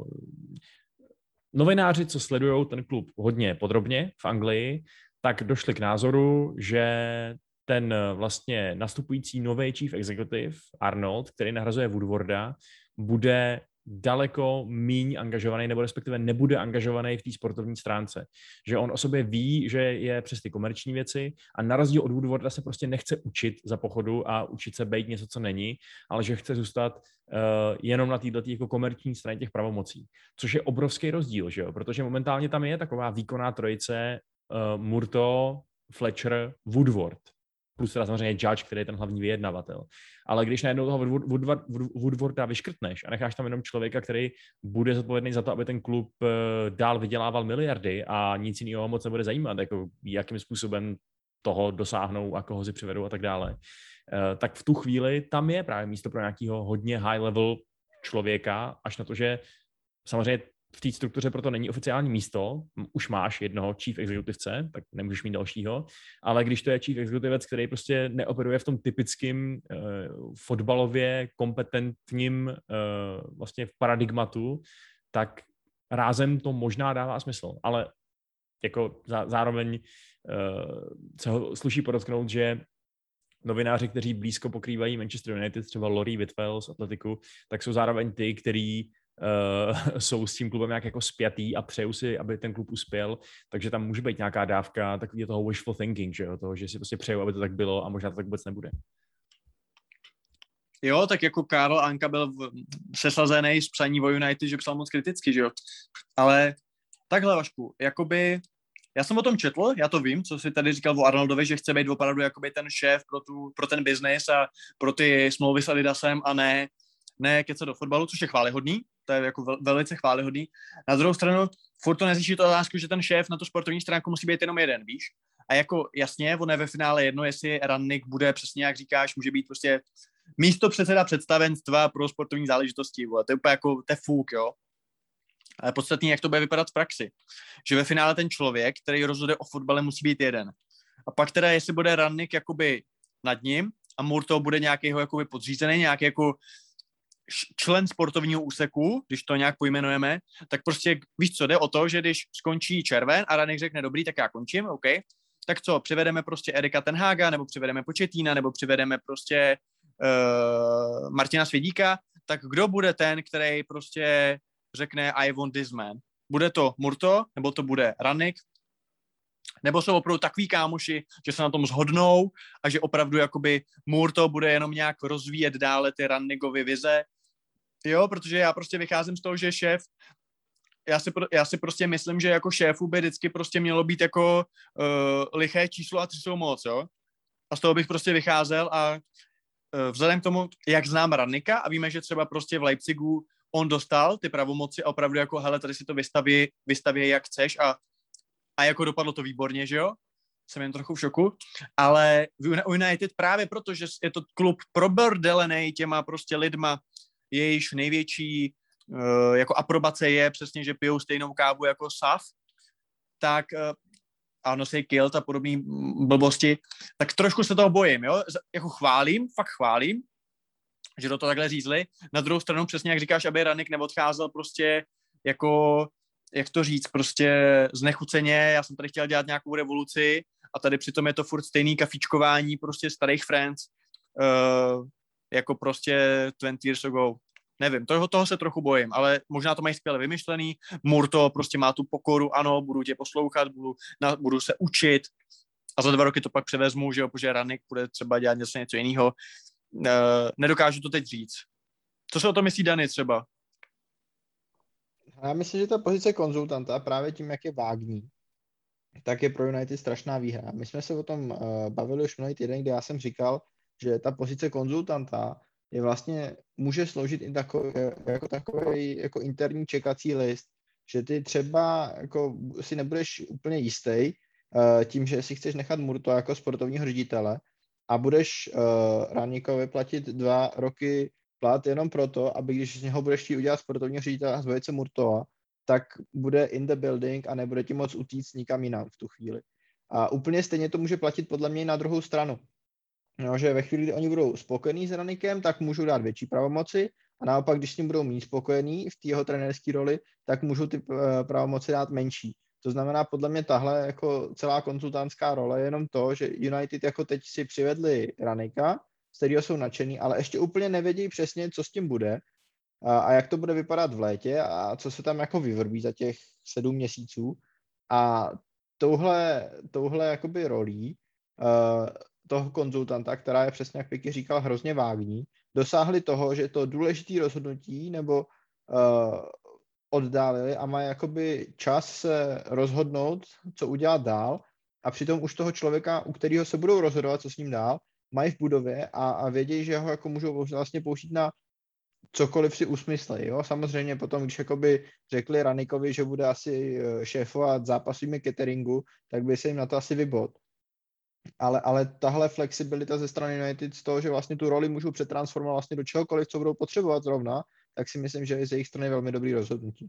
novináři, co sledují ten klub hodně podrobně v Anglii, tak došli k názoru, že ten vlastně nastupující nový chief executive Arnold, který nahrazuje Woodwarda, bude daleko míň angažovaný, nebo respektive nebude angažovaný v té sportovní stránce. Že on o sobě ví, že je přes ty komerční věci a na rozdíl od Woodwarda se prostě nechce učit za pochodu a učit se bejt něco, co není, ale že chce zůstat uh, jenom na této jako komerční straně těch pravomocí. Což je obrovský rozdíl, že jo? Protože momentálně tam je taková výkonná trojice uh, Murto, Fletcher, Woodward. Plus teda samozřejmě Judge, který je ten hlavní vyjednavatel. Ale když najednou toho Woodwarda vyškrtneš a necháš tam jenom člověka, který bude zodpovědný za to, aby ten klub dál vydělával miliardy a nic jiného moc nebude zajímat, jako jakým způsobem toho dosáhnou a koho si přivedou a tak dále, tak v tu chvíli tam je právě místo pro nějakého hodně high-level člověka, až na to, že samozřejmě v té struktuře proto není oficiální místo, už máš jednoho chief executivce, tak nemůžeš mít dalšího, ale když to je chief executivec, který prostě neoperuje v tom typickém uh, fotbalově kompetentním uh, vlastně paradigmatu, tak rázem to možná dává smysl, ale jako zá, zároveň uh, se ho sluší podotknout, že novináři, kteří blízko pokrývají Manchester United, třeba Laurie Whitwell z Atletiku, tak jsou zároveň ty, který Uh, jsou s tím klubem nějak jako spjatý a přeju si, aby ten klub uspěl, takže tam může být nějaká dávka takový toho wishful thinking, že jo, toho, že si prostě přeju, aby to tak bylo a možná to tak vůbec nebude. Jo, tak jako Karl Anka byl v, sesazený z psaní o United, že psal moc kriticky, že jo, ale takhle, Vašku, jakoby já jsem o tom četl, já to vím, co si tady říkal o Arnoldovi, že chce být opravdu jakoby ten šéf pro, tu, pro ten biznis a pro ty smlouvy s Adidasem a ne, ne kecat do fotbalu, což je chválihodný, to je jako vel, velice chválihodný. Na druhou stranu, furt to neřeší to otázku, že ten šéf na tu sportovní stránku musí být jenom jeden, víš? A jako jasně, on je ve finále jedno, jestli Rangnick bude, přesně jak říkáš, může být prostě místo předseda představenstva pro sportovní záležitosti, vole. To je úplně jako, to je fuk, jo? Ale podstatně, jak to bude vypadat v praxi. Že ve finále ten člověk, který rozhoduje o fotbale, musí být jeden. A pak teda, jestli bude Rangnick jakoby nad ním a Murto bude nějakýho jakoby podřízený, nějaký jako člen sportovního úseku, když to nějak pojmenujeme, tak prostě víš co, jde o to, že když skončí červen a Rangnick řekne dobrý, tak já končím, OK, tak co, přivedeme prostě Erika Ten Haga, nebo přivedeme Pochettina, nebo přivedeme prostě uh, Martina Svědíka, tak kdo bude ten, který prostě řekne I want this man? Bude to Murto, nebo to bude Rangnick? Nebo jsou opravdu takový kámoši, že se na tom shodnou a že opravdu jakoby Murto bude jenom nějak rozvíjet dále ty Rangnickovy vize. Jo, protože já prostě vycházím z toho, že šéf, já si, já si prostě myslím, že jako šéfu by vždycky prostě mělo být jako uh, liché číslo a tři jsou moc, jo. A z toho bych prostě vycházel a uh, vzhledem k tomu, jak znám Rangnicka a víme, že třeba prostě v Leipzigu on dostal ty pravomoci a opravdu jako hele, tady si to vystaví, vystaví jak chceš a A jako dopadlo to výborně, že jo? Jsem jen trochu v šoku. Ale u United právě proto, že je to klub probordelenej těma prostě lidma, jejíž největší uh, jako aprobace je přesně, že pijou stejnou kávu jako Saf, tak uh, a nosej kilt a podobné blbosti, tak trošku se toho bojím, jo? Jako chválím, fakt chválím, že do toho takhle řízli. Na druhou stranu přesně, jak říkáš, aby Rangnick neodcházel prostě jako jak to říct, prostě znechuceně, já jsem tady chtěl dělat nějakou revoluci a tady přitom je to furt stejný kafičkování prostě starých friends. Uh, jako prostě twenty years ago. Nevím, toho, toho se trochu bojím, ale možná to mají skvěle vymyšlený. Murto prostě má tu pokoru, ano, budu tě poslouchat, budu, na, budu se učit a za dva roky to pak převezmu, že jo, protože Rannick bude třeba dělat něco, něco jiného. Uh, nedokážu to teď říct. Co se o tom myslí Dani třeba? Já myslím, že ta pozice konzultanta právě tím, jak je vágní, tak je pro United strašná výhra. My jsme se o tom uh, bavili už minulý týden, kde já jsem říkal, že ta pozice konzultanta je vlastně, může sloužit i takový, jako takový jako interní čekací list, že ty třeba jako si nebudeš úplně jistý uh, tím, že si chceš nechat Murto jako sportovního ředitele a budeš uh, Rannickovi platit dva roky plat jenom proto, aby když z něho budeš chtít udělat sportovního ředitele a zbavit se Murtoa, tak bude in the building a nebude ti moc utíct nikam jinam v tu chvíli. A úplně stejně to může platit podle mě na druhou stranu. No, že ve chvíli, kdy oni budou spokojení s Rannickem, tak můžou dát větší pravomoci a naopak, když s ním budou méně spokojení v té jeho trenérské roli, tak můžou ty pravomoci dát menší. To znamená, podle mě tahle jako celá konzultantská role je jenom to, že United jako teď si přivedli Rannicka, z kterého jsou nadšený, ale ještě úplně nevědí přesně, co s tím bude a, a jak to bude vypadat v létě a co se tam jako vyvrbí za těch sedm měsíců. A touhle, touhle jakoby rolí uh, toho konzultanta, která je přesně, jak Vicky říkal, hrozně vágní, dosáhli toho, že to důležité rozhodnutí nebo uh, oddálili a mají jakoby čas se rozhodnout, co udělat dál a přitom už toho člověka, u kterého se budou rozhodovat, co s ním dál, mají v budově a, a vědějí, že ho jako můžou vlastně použít na cokoliv si usmyslej, jo. Samozřejmě potom, když jakoby řekli Rannickovi, že bude asi šéfovat zápasovými cateringu, tak by se jim na to asi vybod. Ale, ale tahle flexibilita ze strany United z toho, že vlastně tu roli můžou přetransformovat vlastně do čehokoliv, co budou potřebovat zrovna, tak si myslím, že je z jejich strany velmi dobrý rozhodnutí.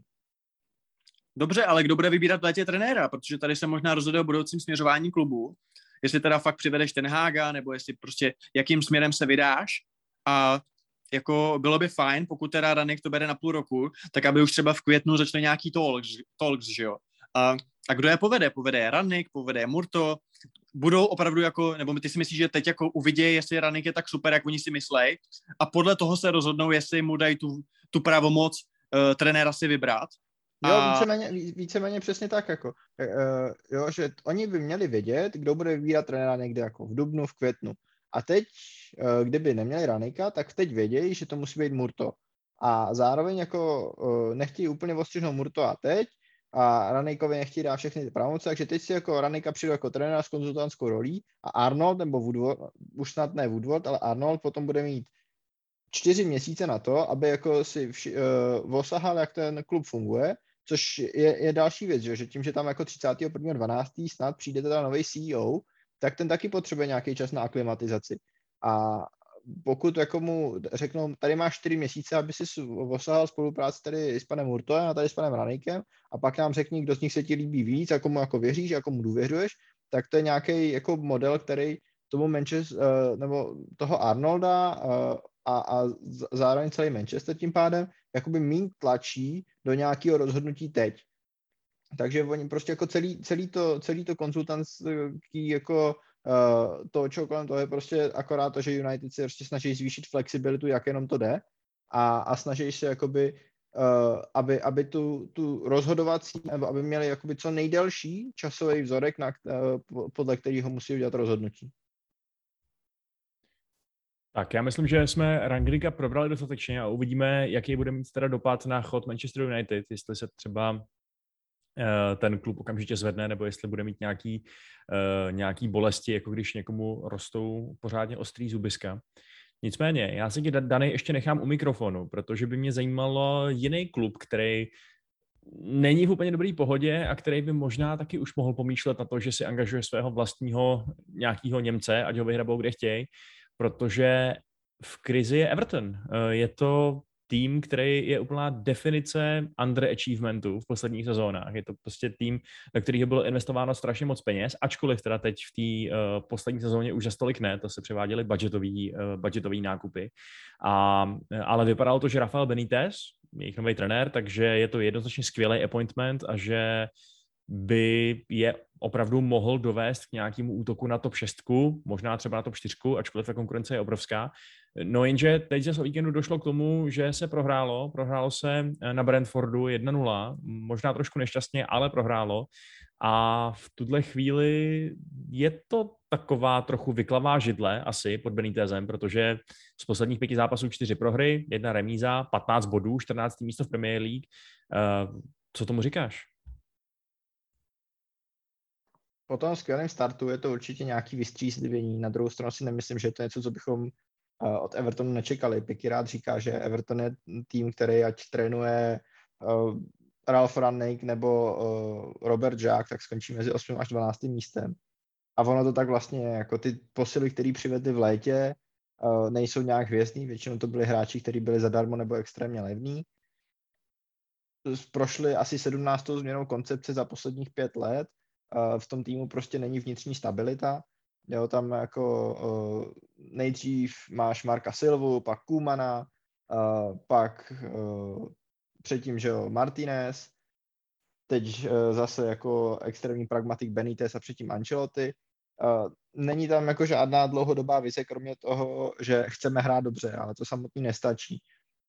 Dobře, ale kdo bude vybírat v létě trenéra? Protože tady se možná rozhoduje o budoucím směřování klubu. Jestli teda fakt přivedeš Ten Haga, nebo jestli prostě jakým směrem se vydáš. A jako bylo by fajn, pokud teda Rannick to bere na půl roku, tak aby už třeba v květnu začne nějaký talks, talks že jo. A, a kdo je povede? Povede je Rannick, povede je Murto. Budou opravdu jako, nebo ty si myslíš, že teď jako uvidějí, jestli Rannick je tak super, jak oni si myslej, a podle toho se rozhodnou, jestli mu dají tu, tu pravomoc uh, trenéra si vybrat. Jo, a... víceméně, víceméně přesně tak, jako, uh, jo, že oni by měli vědět, kdo bude vybírat trenéra někde jako v dubnu, v květnu. A teď, uh, kdyby neměli Rannicka, tak teď vědějí, že to musí být Murto. A zároveň jako uh, nechtějí úplně ostřihnout Murto a teď, a Rannickovi nechtějí dát všechny ty pravomoci, takže teď si jako Rannicka přijde jako trenéra s konzultantskou rolí a Arnold nebo Woodward, už snad ne Woodward, ale Arnold potom bude mít čtyři měsíce na to, aby jako si vši, uh, osahal, jak ten klub funguje, což je, je další věc, že, že tím, že tam jako třicátého prvního dvanáctého snad přijde teda nový C E O, tak ten taky potřebuje nějaký čas na aklimatizaci. A pokud jako mu řeknou, tady máš čtyři měsíce, aby si osahal spolupráci tady s panem Murtoem a tady s panem Rannickem a pak nám řekni, kdo z nich se ti líbí víc a komu jako věříš a komu důvěřuješ, tak to je nějaký jako model, který tomu Manchester, nebo toho Arnolda a, a zároveň celý Manchester tím pádem jakoby míň tlačí do nějakého rozhodnutí teď. Takže oni prostě jako celý, celý to, celý to konzultantský jako Uh, to, čo kolem toho je prostě akorát to, že United se prostě snaží zvýšit flexibilitu, jak jenom to jde a, a snaží se jakoby, uh, aby, aby tu, tu rozhodovací, nebo aby měli jakoby co nejdelší časový vzorek, na, uh, podle kterého musí udělat rozhodnutí. Tak já myslím, že jsme Rangnicka probrali dostatečně a uvidíme, jaký bude mít teda dopad na chod Manchester United, jestli se třeba ten klub okamžitě zvedne, nebo jestli bude mít nějaký, uh, nějaký bolesti, jako když někomu rostou pořádně ostrý zubiska. Nicméně, já si tě, Dany, ještě nechám u mikrofonu, protože by mě zajímalo jiný klub, který není v úplně dobrý pohodě a který by možná taky už mohl pomýšlet na to, že si angažuje svého vlastního nějakého Němce, ať ho vyhrabou kde chtějí, protože v krizi je Everton. Uh, je to tým, který je úplná definice underachievementu v posledních sezónách. Je to prostě tým, na kterýho bylo investováno strašně moc peněz, ačkoliv teda teď v té uh, poslední sezóně už za stolik ne, to se převáděly budgetový, uh, budgetový nákupy. A, ale vypadalo to, že Rafael Benitez, jejich nový trenér, takže je to jednoznačně skvělý appointment a že by je opravdu mohl dovést k nějakému útoku na top šestku, možná třeba na top čtyřku, ačkoliv ta konkurence je obrovská. No jenže teď ze víkendu došlo k tomu, že se prohrálo, prohrálo se na Brentfordu jedna nula, možná trošku nešťastně, ale prohrálo. A v tuhle chvíli je to taková trochu vyklavá židle asi pod Benitezem, protože z posledních pěti zápasů čtyři prohry, jedna remíza, patnáct bodů, čtrnácté místo v Premier League. Co tomu říkáš? Po tom skvělém startu je to určitě nějaký vystřízlivění. Na druhou stranu si nemyslím, že to je něco, co bychom od Evertonu nečekali. Piky rád říká, že Everton je tým, který ať trénuje uh, Ralf Rangnick nebo uh, Robert Jack, tak skončí mezi osmým až dvanáctým místem. A ono to tak vlastně je, jako ty posily, které přivedli v létě, uh, nejsou nějak hvězdný, většinou to byli hráči, kteří byli zadarmo nebo extrémně levní. Prošli asi sedmnáctou změnou koncepce za posledních pět let. Uh, v tom týmu prostě není vnitřní stabilita. Jo, tam jako uh, nejdřív máš Marka Silvu, pak Koemana, uh, pak uh, předtím, že jo, Martinez, teď uh, zase jako extrémní pragmatik Benitez a předtím Ancelotti. Uh, není tam jako žádná dlouhodobá vize, kromě toho, že chceme hrát dobře, ale to samotný nestačí.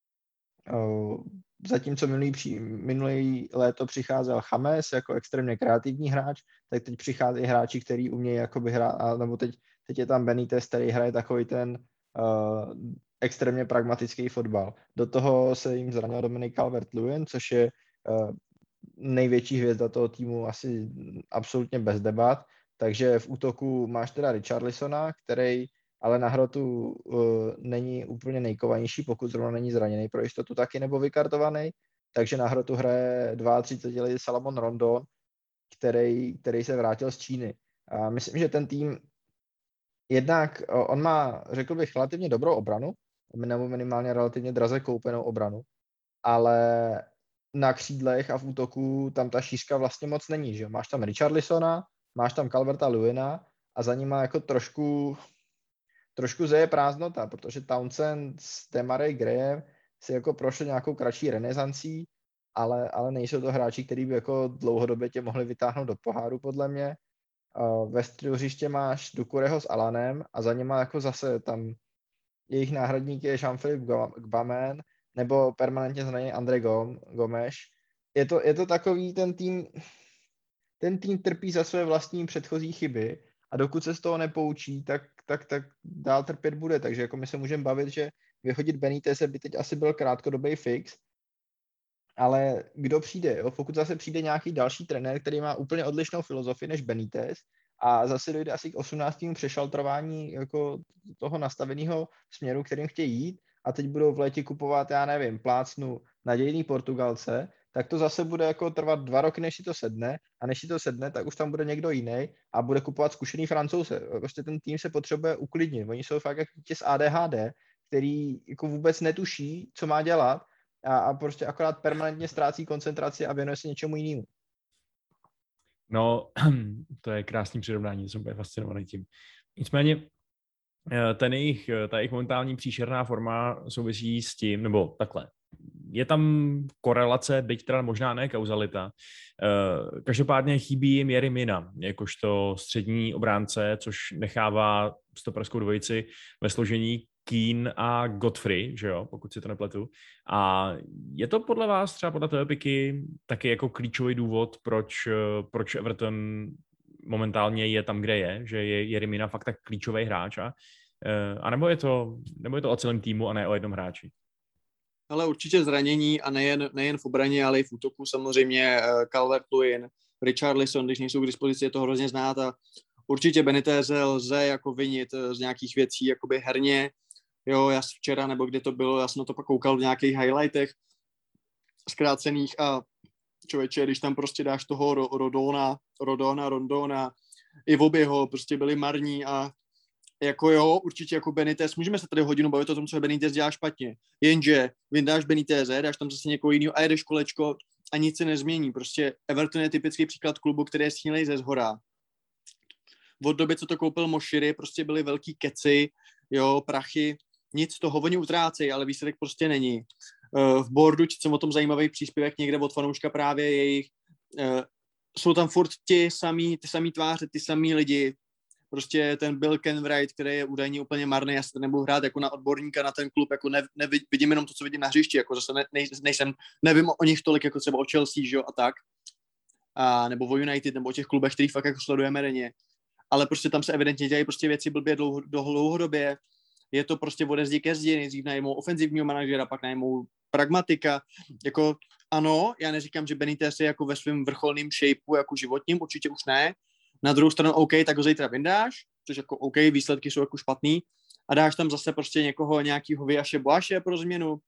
Uh, zatímco minulý, pří, minulý léto přicházel James jako extrémně kreativní hráč, tak teď přicházejí hráči, kteří umějí jakoby hrát, nebo teď, teď je tam Benitez, který hraje takový ten uh, extrémně pragmatický fotbal. Do toho se jim zranil Dominic Calvert-Lewin, což je uh, největší hvězda toho týmu asi absolutně bez debat, takže v útoku máš teda Richarlisona, který ale na hrotu uh, není úplně nejkovanější, pokud zrovna není zraněný pro jistotu taky nebo vykartovaný, takže na hrotu hraje třicetiletý Salomon Rondon, který, který se vrátil z Číny. A myslím, že ten tým jednak, on má, řekl bych, relativně dobrou obranu, nebo minimálně relativně draze koupenou obranu, ale na křídlech a v útoku tam ta šířka vlastně moc není, že jo? Máš tam Richarlisona, máš tam Calverta Lewina a za ním má jako trošku trošku zeje prázdnota, protože Townsend s Demarai Grayem si jako prošli nějakou kratší renesancí, ale, ale nejsou to hráči, kteří by jako dlouhodobě tě mohli vytáhnout do poháru, podle mě. Uh, ve středu hřiště máš Doucourého s Alanem a za něma jako zase tam jejich náhradník je Jean-Philippe Gbamin nebo permanentně zraněný André Gomes. Je to, je to takový ten tým, ten tým trpí za své vlastní předchozí chyby a dokud se z toho nepoučí, tak, tak, tak dál trpět bude. Takže jako my se můžeme bavit, že vyhodit Beniteze by teď asi byl krátkodobý fix, ale kdo přijde? Jo? Pokud zase přijde nějaký další trenér, který má úplně odlišnou filozofii než Benitez a zase dojde asi k osmnáctému přešaltrování jako toho nastaveného směru, kterým chtějí jít a teď budou v létě kupovat, já nevím, plácnu nadějný Portugalce, tak to zase bude jako trvat dva roky, než si to sedne a než si to sedne, tak už tam bude někdo jiný a bude kupovat zkušený Francouze. Prostě ten tým se potřebuje uklidnit. Oni jsou fakt jako dítě z A D H D, který jako vůbec netuší, co má dělat a, a prostě akorát permanentně ztrácí koncentraci a věnuje se něčemu jinému. No, to je krásný přirovnání, jsem úplně fascinovaný tím. Nicméně ten jejich, ta jejich momentální příšerná forma souvisí s tím, nebo takhle, je tam korelace, byť teda možná ne kauzalita. Každopádně chybí jim Yerry Mina, jakožto střední obránce, což nechává stoperskou dvojici ve složení Keane a Godfrey, že jo, pokud si to nepletu. A je to podle vás, třeba podle té Piky, taky jako klíčový důvod, proč, proč Everton momentálně je tam, kde je, že je Yerry Mina fakt tak klíčový hráč, a, a nebo, je to, nebo je to o celém týmu a ne o jednom hráči? Ale určitě zranění a nejen, nejen v obraně, ale i v útoku samozřejmě Calvert-Lewin, Richarlison, když nejsou k dispozici, je to hrozně znát a určitě Beniteze lze jako vinit z nějakých věcí, jakoby herně. Jo, já včera, nebo kde to bylo, já jsem na to pak koukal v nějakých highlightech zkrácených a člověče, když tam prostě dáš toho Rodona, Rodona, Rondona, i v oběho prostě byli marní a jako jo, určitě jako Benitez, můžeme se tady hodinu bavit o tom, co Benitez dělá špatně, jenže vyndáš Beniteze, dáš tam zase někoho jiného a jedeš kolečko a nic se nezmění. Prostě Everton je typický příklad klubu, který je snílej ze zhora. Od doby, co to koupil Moshiri, prostě byly velký keci, jo, prachy, nic z toho, oni utrácejí, ale výsledek prostě není. V boardu četl jsem o tom zajímavý příspěvek někde od fanouška právě jejich. Jsou tam furt ti samý, ty samý tváře, ty samý lidi, prostě ten Bill Kenwright, který je údajně úplně marný, já se to nebudu hrát jako na odborníka na ten klub, jako ne, nevidím jenom to, co vidím na hřišti, jako zase ne, nej, nejsem, nevím o nich tolik, jako třeba o Chelsea, že jo, a tak, a, nebo o United, nebo o těch klubech, kterých fakt jako sledujeme denně, ale prostě tam se evidentně dělají prostě věci blbě dlouho, dlouhodobě, je to prostě ode zdi ke zdi, nejdřív najmou ofenzivního manažera, pak najmou pragmatika, jako ano, já neříkám, že Benitez je jako ve svém vrcholném shapeu, jako životním, určitě už ne. Na druhou stranu, OK, tak ho zítra vyndáš, což jako OK, výsledky jsou jako špatný, a dáš tam zase prostě někoho, nějakýho Vyjaše Boaše pro změnu,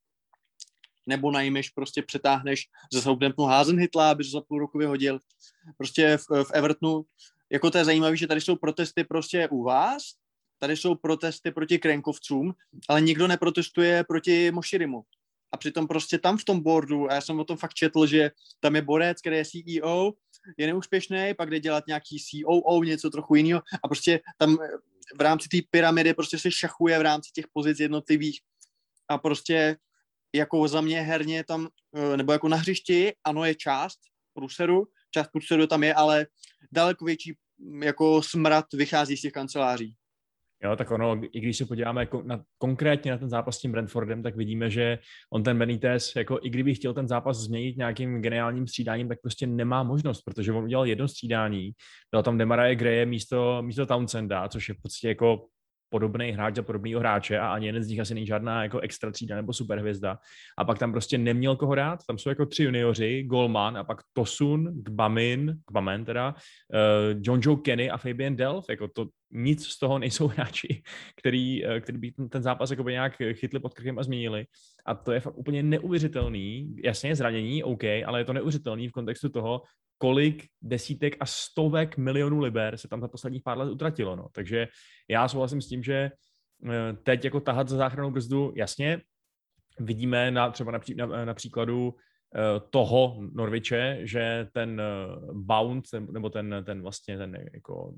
nebo najmeš, prostě přetáhneš ze Southamptonu Hasenhüttla, aby to za půl roku vyhodil. Prostě v, v Evertonu, jako to je zajímavé, že tady jsou protesty prostě u vás, tady jsou protesty proti Krenkovcům, ale nikdo neprotestuje proti Moširimu. A přitom prostě tam v tom boardu, a já jsem o tom fakt četl, že tam je borec, který je C E O, je neúspěšný, pak jde dělat nějaký C O O, něco trochu jiného, a prostě tam v rámci té pyramidy prostě se šachuje v rámci těch pozic jednotlivých, a prostě jako za mě herně tam, nebo jako na hřišti, ano, je část průseru, část průseru tam je, ale daleko větší jako smrad vychází z těch kanceláří. Jo, tak ono, i když se podíváme jako na, konkrétně na ten zápas s tím Brentfordem, tak vidíme, že on ten Benitez, jako i kdyby chtěl ten zápas změnit nějakým geniálním střídáním, tak prostě nemá možnost, protože on udělal jedno střídání, dal tam Demarai Graye místo, místo Townsenda, což je v podstatě jako podobný hráč za podobného hráče, a ani jeden z nich asi není žádná jako extra třída nebo superhvězda. A pak tam prostě neměl koho dát, tam jsou jako tři junioři, Golman a pak Tosun, Gbamin, Gbamin teda, uh, John Joe Kenny a Fabian Delph, jako to nic z toho nejsou hráči, který, který by ten zápas jako by nějak chytli pod krkem a změnili. A to je fakt úplně neuvěřitelný. Jasně, zranění, OK, ale je to neuvěřitelný v kontextu toho, kolik desítek a stovek milionů liber se tam za posledních pár let utratilo. No. Takže já souhlasím s tím, že teď jako tahat za záchrannou brzdu, jasně, vidíme na, třeba na, na, na příkladu toho Norwiche, že ten bound, nebo ten, ten vlastně ten jako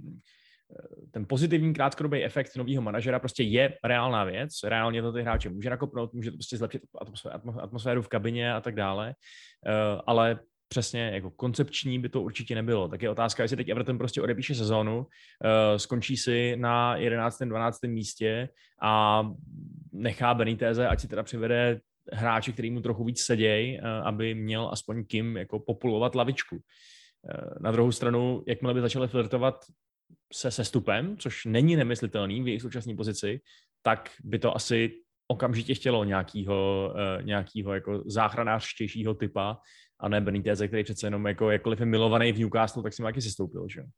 ten pozitivní krátkodobý efekt nového manažera prostě je reálná věc. Reálně to ty hráče může nakopnout, může to prostě zlepšit atmosféru v kabině a tak dále, ale přesně jako koncepční by to určitě nebylo. Tak je otázka, jestli teď Everton prostě odepíše sezónu, skončí si na jedenáctém dvanáctém místě a nechá Beniteze, ať si teda přivede hráče, který mu trochu víc seděj, aby měl aspoň kým jako populovat lavičku. Na druhou stranu, jakmile by začali flirtovat se sestupem, což není nemyslitelný v jejich současné pozici, tak by to asi okamžitě chtělo nějakýho, nějakýho jako záchranářštějšího typa, a ne Beniteze, který přece jenom jako, jakkoliv je milovaný v Newcastle, tak si má taky sestoupil, že?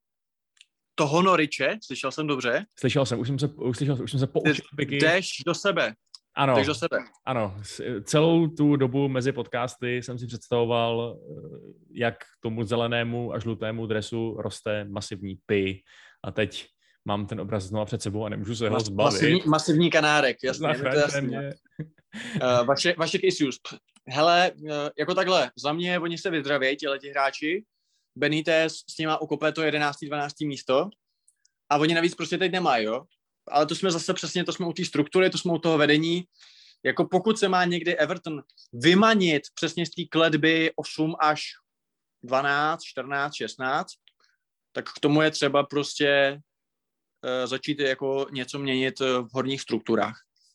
Toho Norwiche, slyšel jsem dobře? Slyšel jsem, už jsem se, už slyšel, už jsem se poučil. Jdeš do sebe. Ano, Jdeš do sebe. Ano, celou tu dobu mezi podcasty jsem si představoval, jak tomu zelenému a žlutému dresu roste masivní py, a teď mám ten obraz znova před sebou a nemůžu se ho zbavit. Masivní, masivní kanárek, jasně. To jasně. uh, vaše, vašich issues. Hele, uh, jako takhle, za mě oni se vyzdravějí, těhleti hráči. Benitez s nima ukope to jedenácté dvanácté místo a oni navíc prostě teď nemají, jo. Ale to jsme zase přesně, to jsme u té struktury, to jsme u toho vedení. Jako pokud se má někdy Everton vymanit přesně z té kletby osm až dvanáct, čtrnáct, šestnáct, tak k tomu je třeba prostě uh, začít jako něco měnit v horních strukturách.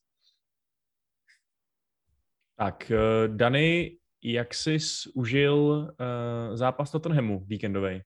Tak, uh, Dany, jak jsi užil uh, zápas Tottenhamu víkendovej?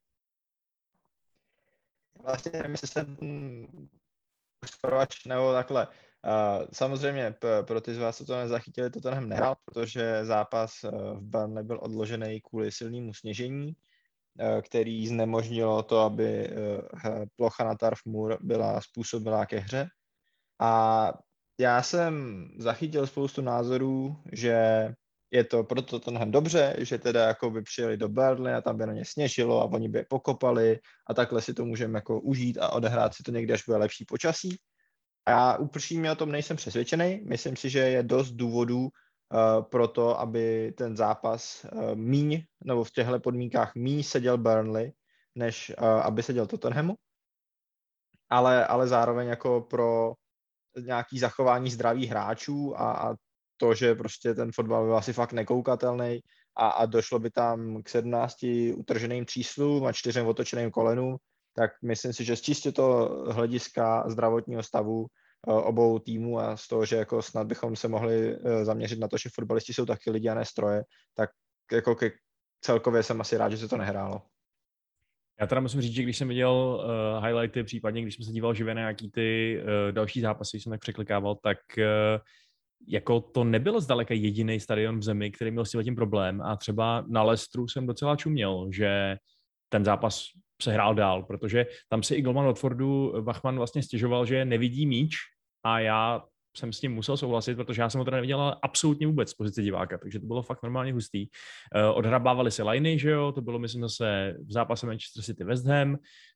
Vlastně nevím, jestli jsem skorovač nebo takhle. Uh, samozřejmě p- pro ty z vás, co to nezachytili, Tottenham nehrál, protože zápas uh, v Burnley byl odložený kvůli silnému sněžení, uh, který znemožnilo to, aby uh, plocha na Turf Moor byla způsobila ke hře. A já jsem zachytil spoustu názorů, že je to pro Tottenham dobře, že teda jako by přijeli do Burnley a tam by na ně sněžilo a oni by je pokopali a takhle si to můžeme jako užít a odehrát si to někdy, až bude lepší počasí. A já upřímně o tom nejsem přesvědčený. Myslím si, že je dost důvodů uh, pro to, aby ten zápas uh, míň, nebo v těchto podmínkách míň seděl Burnley, než uh, aby seděl Tottenhamu. Ale, ale zároveň jako pro nějaký zachování zdravých hráčů a, a to, že prostě ten fotbal byl asi fakt nekoukatelný a, a došlo by tam k sedmnácti utrženým tříslům a čtyřem otočeným kolenům, tak myslím si, že z čistě toho hlediska zdravotního stavu obou týmů a z toho, že jako snad bychom se mohli zaměřit na to, že fotbalisti jsou taky lidi a ne stroje, tak jako ke, celkově jsem asi rád, že se to nehrálo. Já teda musím říct, že když jsem viděl uh, highlighty, případně když jsem se díval živě na nějaký ty uh, další zápasy, jsem tak překlikával, tak uh, jako to nebylo zdaleka jediný stadion v zemi, který měl s tím problém a třeba na Leicesteru jsem docela čuměl, že ten zápas se hrál dál, protože tam si i golman Watfordu Bachmann vlastně stěžoval, že nevidí míč a já jsem s tím musel souhlasit, protože já jsem ho teda neviděl absolutně vůbec z pozice diváka, takže to bylo fakt normálně hustý. Uh, odhrabávali se liny, že jo, to bylo myslím zase v zápase Manchester City West Ham uh,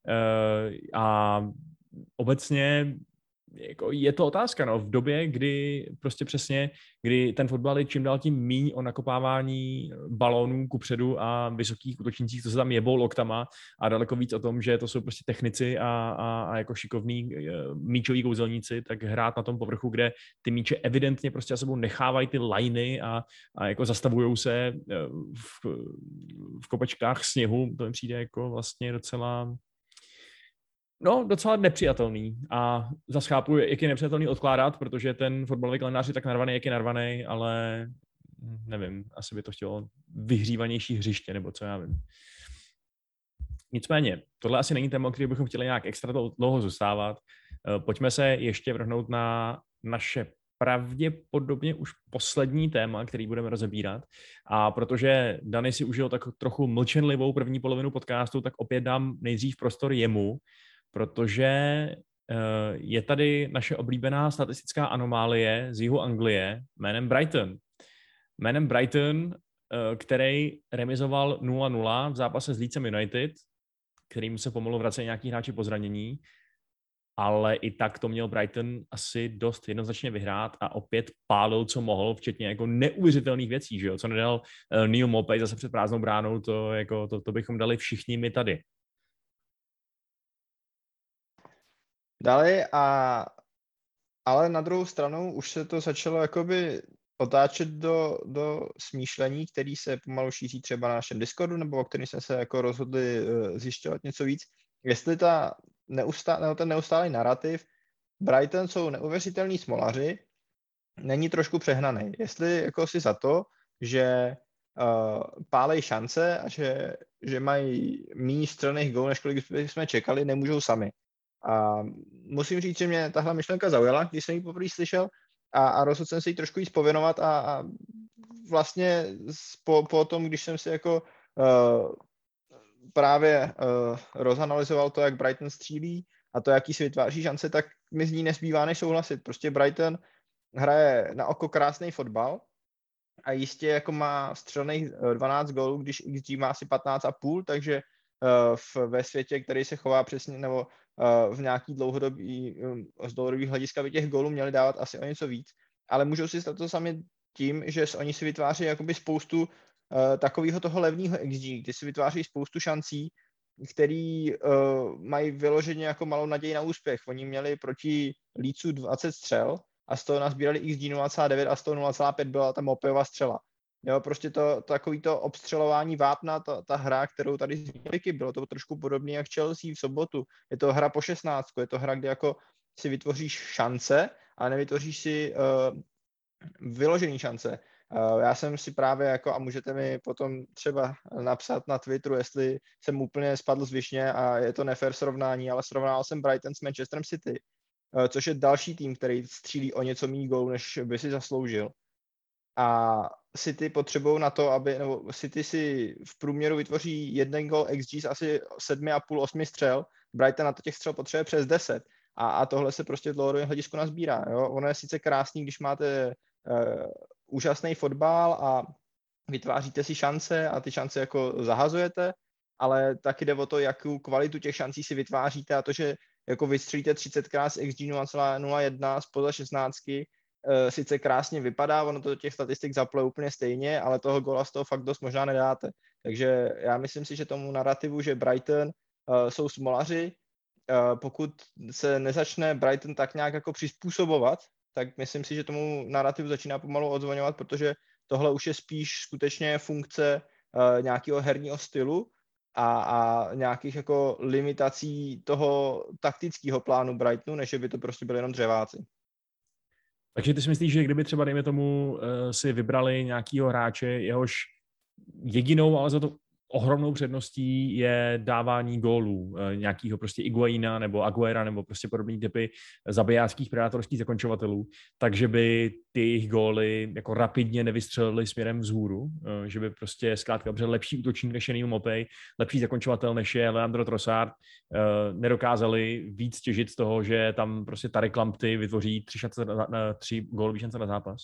a obecně jako je to otázka, no, v době, kdy prostě přesně, kdy ten fotbal je čím dál tím míň o nakopávání balónů kupředu a vysokých útočnících, co se tam jebou loktama a daleko víc o tom, že to jsou prostě technici a, a, a jako šikovní míčoví kouzelníci, tak hrát na tom povrchu, kde ty míče evidentně prostě za sebou nechávají ty lajny a, a jako zastavujou se v, v kopečkách sněhu, to mi přijde jako vlastně docela No, docela nepřijatelný a zas chápu, jak je nepřijatelný odkládat, protože ten fotbalový kalendář je tak narvaný, jak je narvaný, ale nevím, asi by to chtělo vyhřívanější hřiště, nebo co já vím. Nicméně, tohle asi není téma, který bychom chtěli nějak extra dlouho zůstávat. Pojďme se ještě vrhnout na naše pravděpodobně už poslední téma, který budeme rozebírat. A protože Dani si užil tak trochu mlčenlivou první polovinu podcastu, tak opět dám nejdřív prostor jemu, protože je tady naše oblíbená statistická anomálie z jihu Anglie jménem Brighton. Jménem Brighton, který remizoval nula nula v zápase s Leedsem United, kterým se pomalu vracejí nějaký hráči po zranění, ale i tak to měl Brighton asi dost jednoznačně vyhrát a opět pálil, co mohl, včetně jako neuvěřitelných věcí, že jo? Co nedal uh, Neil Maupay zase před prázdnou bránou, to, jako, to, to bychom dali všichni my tady. Dali, a, ale na druhou stranu už se to začalo jakoby otáčet do, do smýšlení, který se pomalu šíří třeba na našem Discordu, nebo o kterém jsme se jako rozhodli uh, zjišťovat něco víc. Jestli ta neustá, nebo ten neustálý narrativ Brighton jsou neuvěřitelní smolaři, není trošku přehnaný. Jestli jako si za to, že uh, pálej šance a že, že mají méně střelných gólů, než kolik jsme čekali, nemůžou sami. A musím říct, že mě tahle myšlenka zaujala, když jsem ji poprvé slyšel a, a rozhodl jsem se jí trošku víc pověnovat a, a vlastně po, po tom, když jsem si jako uh, právě uh, rozanalyzoval to, jak Brighton střílí a to, jaký si vytváří šance, tak mi z ní nezbývá než souhlasit. Prostě Brighton hraje na oko krásný fotbal a jistě jako má střelných dvanáct gólů, když X G má asi patnáct a půl, takže uh, v, ve světě, který se chová přesně, nebo uh, v nějaký dlouhodobý, um, z dlouhodobých hlediska by těch gólů měli dávat asi o něco víc, ale můžou si stát to sami tím, že oni si vytváří jakoby spoustu uh, takového toho levného X G, kdy si vytváří spoustu šancí, který uh, mají vyloženě jako malou naději na úspěch. Oni měli proti Leedsu dvacet střel a z toho nazbírali X G nula celá devět a z toho nula celá pět byla ta Maupayova střela. Jo, prostě to, to takový to obstřelování vápna, ta, ta hra, kterou tady zmínili, bylo to trošku podobné jak Chelsea v sobotu. Je to hra po šestnáctku, je to hra, kde jako si vytvoříš šance a nevytvoříš si uh, vyložený šance. Uh, já jsem si právě jako, a můžete mi potom třeba napsat na Twitteru, jestli jsem úplně spadl z višně a je to nefér srovnání, ale srovnal jsem Brighton s Manchesterem City, uh, což je další tým, který střílí o něco méně gólů, než by si zasloužil. A City potřebují na to, aby, nebo City si v průměru vytvoří jeden gól X G z asi sedm a půl osm střel, Brighton na to těch střel potřebuje přes deset. A, a tohle se prostě v dlouhodobém hledisku nazbírá. Jo? Ono je sice krásný, když máte uh, úžasný fotbal a vytváříte si šance a ty šance jako zahazujete, ale taky jde o to, jakou kvalitu těch šancí si vytváříte a to, že jako vystřelíte třicetkrát z X G nula celá nula jedna spoza šestnáctky, uh, sice krásně vypadá, ono to do těch statistik zapluje úplně stejně, ale toho gola z toho fakt dost možná nedáte. Takže já myslím si, že tomu narrativu, že Brighton uh, jsou smolaři, uh, pokud se nezačne Brighton tak nějak jako přizpůsobovat, tak myslím si, že tomu narrativu začíná pomalu odzvoňovat, protože tohle už je spíš skutečně funkce uh, nějakého herního stylu a, a nějakých jako limitací toho taktického plánu Brightonu, než by to prostě byly jenom dřeváci. Takže ty si myslíš, že kdyby třeba, dejme tomu, si vybrali nějakýho hráče, jehož jedinou, ale za to ohromnou předností je dávání gólů, nějakého prostě Higuaína nebo Aguera nebo prostě podobný typy zabijáckých predátorských zakončovatelů, takže by ty jejich góly jako rapidně nevystřelily směrem vzhůru, že by prostě zkrátka dobře lepší útočník než je Neil Maupay, lepší zakončovatel než je Leandro Trossard, nedokázali víc těžit z toho, že tam prostě Tarek Lamptey vytvoří tři, šance na, na, tři gólový šance na zápas.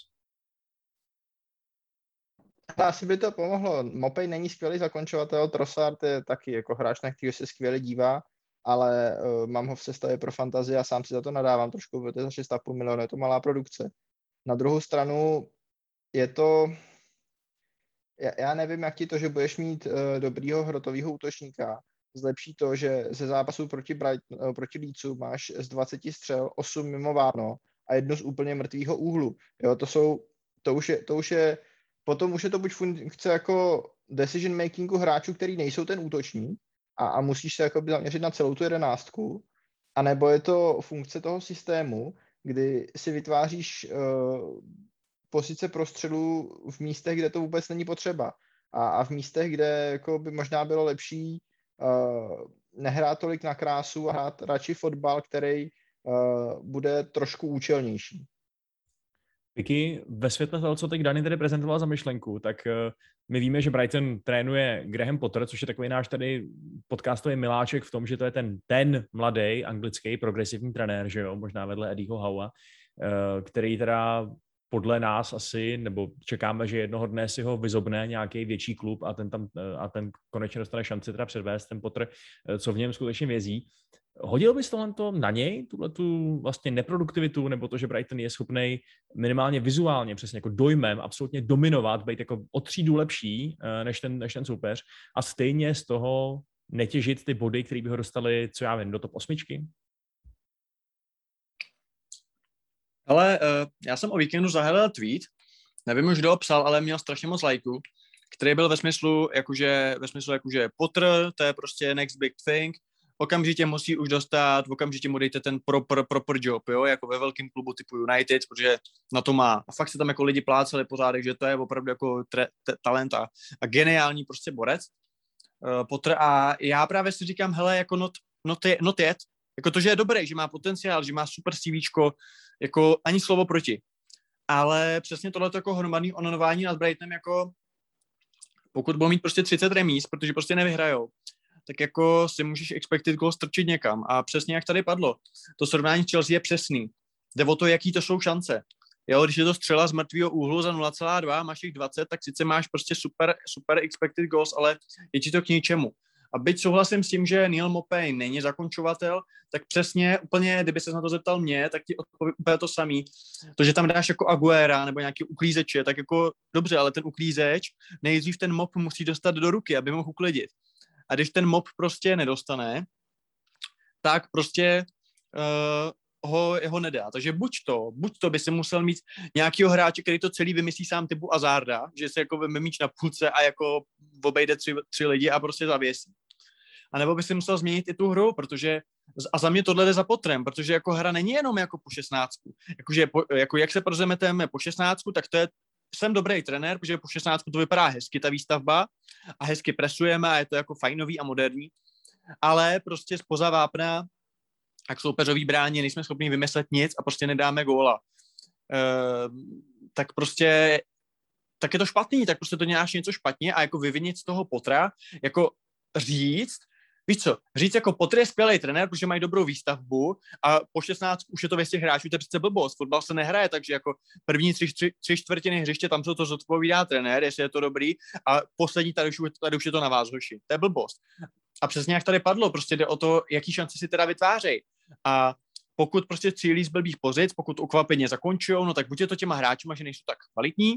Asi by to pomohlo. Maupay není skvělý zakončovatel, Trossard je taky jako hráč, na kterého se skvěle dívá, ale uh, mám ho v sestavě pro fantazii a sám si za to nadávám trošku, protože za šest a půl milionu je to malá produkce. Na druhou stranu je to, já, já nevím, jak ti to, že budeš mít uh, dobrýho hrotovýho útočníka, zlepší to, že ze zápasů proti, Bright, uh, proti Leedsu máš z dvaceti střel osm mimo vápno a jedno z úplně mrtvýho úhlu. Jo, to jsou, to už je, to už je Potom už je to buď funkce jako decision makingu hráčů, který nejsou ten útočník a, a musíš se jakoby zaměřit na celou tu jedenáctku, anebo je to funkce toho systému, kdy si vytváříš uh, pozice prostředů v místech, kde to vůbec není potřeba. A, a v místech, kde jako by možná bylo lepší uh, nehrát tolik na krásu a hrát radši fotbal, který uh, bude trošku účelnější. Vicky, ve světle toho, co teď Dani tady prezentoval za myšlenku, tak uh, my víme, že Brighton trénuje Graham Potter, což je takový náš tady podcastový miláček v tom, že to je ten, ten mladý anglický progresivní trenér, že jo, možná vedle Eddieho Howa, uh, který teda podle nás asi, nebo čekáme, že jednoho dne si ho vyzobne nějaký větší klub a ten, tam, uh, a ten konečně dostane šanci teda předvést ten Potter, uh, co v něm skutečně vězí. Hodil bys tohle na něj, tuhletu vlastně neproduktivitu, nebo to, že Brighton je schopný minimálně vizuálně, přesně jako dojmem, absolutně dominovat, být jako o třídu lepší než ten, než ten soupeř a stejně z toho netěžit ty body, které by ho dostali, co já vím, do top osmičky? Ale uh, já jsem o víkendu zahledal tweet, nevím už, kdo ho psal, ale měl strašně moc lajků, který byl ve smyslu, jakože, ve smyslu, jakože Potter, to je prostě next big thing, okamžitě musí už dostat, okamžitě mu dejte ten proper, proper job, jo, jako ve velkém klubu typu United, protože na to má. A fakt se tam jako lidi plácali po zádech, že to je opravdu jako tre, te, talent a, a geniální prostě borec. Uh, Potter a já právě si říkám, hele, jako not, not, je, not yet, jako to, že je dobrý, že má potenciál, že má super CVčko, jako ani slovo proti. Ale přesně tohleto jako hromadný ononování nad Brightonem, jako pokud budou mít prostě třicet remíz, protože prostě nevyhrajou, tak jako si můžeš expected goal strčit někam. A přesně jak tady padlo, to srovnání s Chelsea je přesný. Jde o to, jaký to jsou šance. Jo, když je to střela z mrtvého úhlu za nula celá dva, máš jich dvacet, tak sice máš prostě super, super expected goals, ale je ti to k ničemu. A byť souhlasím s tím, že Neil Maupay není zakončovatel, tak přesně úplně, kdyby se na to zeptal mě, tak ti odpovím úplně to samý. To, že tam dáš jako Aguera nebo nějaký uklízeče, tak jako dobře, ale ten uklízeč nejdřív ten mop musí dostat do ruky, aby mohl uklidit. A když ten mop prostě nedostane, tak prostě uh, ho, ho nedá. Takže buď to, buď to by si musel mít nějakýho hráče, který to celý vymyslí sám typu Hazarda, že se jako veme míč na půlce a jako obejde tři, tři lidi a prostě zavěsí. A nebo by si musel změnit i tu hru, protože a za mě tohle jde za Potterem, protože jako hra není jenom jako po šestnáctku. Jakože po, jako jak se prozemeteme po šestnáctku, tak to je jsem dobrý trenér, protože po šestnáctku to vypadá hezky ta výstavba a hezky presujeme a je to jako fajnový a moderní, ale prostě spoza vápna a k soupeřový bráně nejsme schopni vymyslet nic a prostě nedáme góla. E, tak prostě tak je to špatný, tak prostě to děláš něco špatně a jako vyvinit z toho Pottera, jako říct, víš co, říct jako Potter je skvělý trenér, protože mají dobrou výstavbu a po šestnácti už je to ve těch hráčů, to je přece blbost. Fotbal se nehraje, takže jako první tři, tři, tři čtvrtiny hřiště, tam se to zodpovídá trenér, jestli je to dobrý a poslední tady už, tady už je to na vás, hoši. To je blbost. A přesně jak tady padlo, prostě jde o to, jaký šance si teda vytvářejí. A pokud prostě cílí z blbých pozic, pokud ukvapeně zakončujou, no tak buď je to těma hráčima, že nejsou tak kvalitní,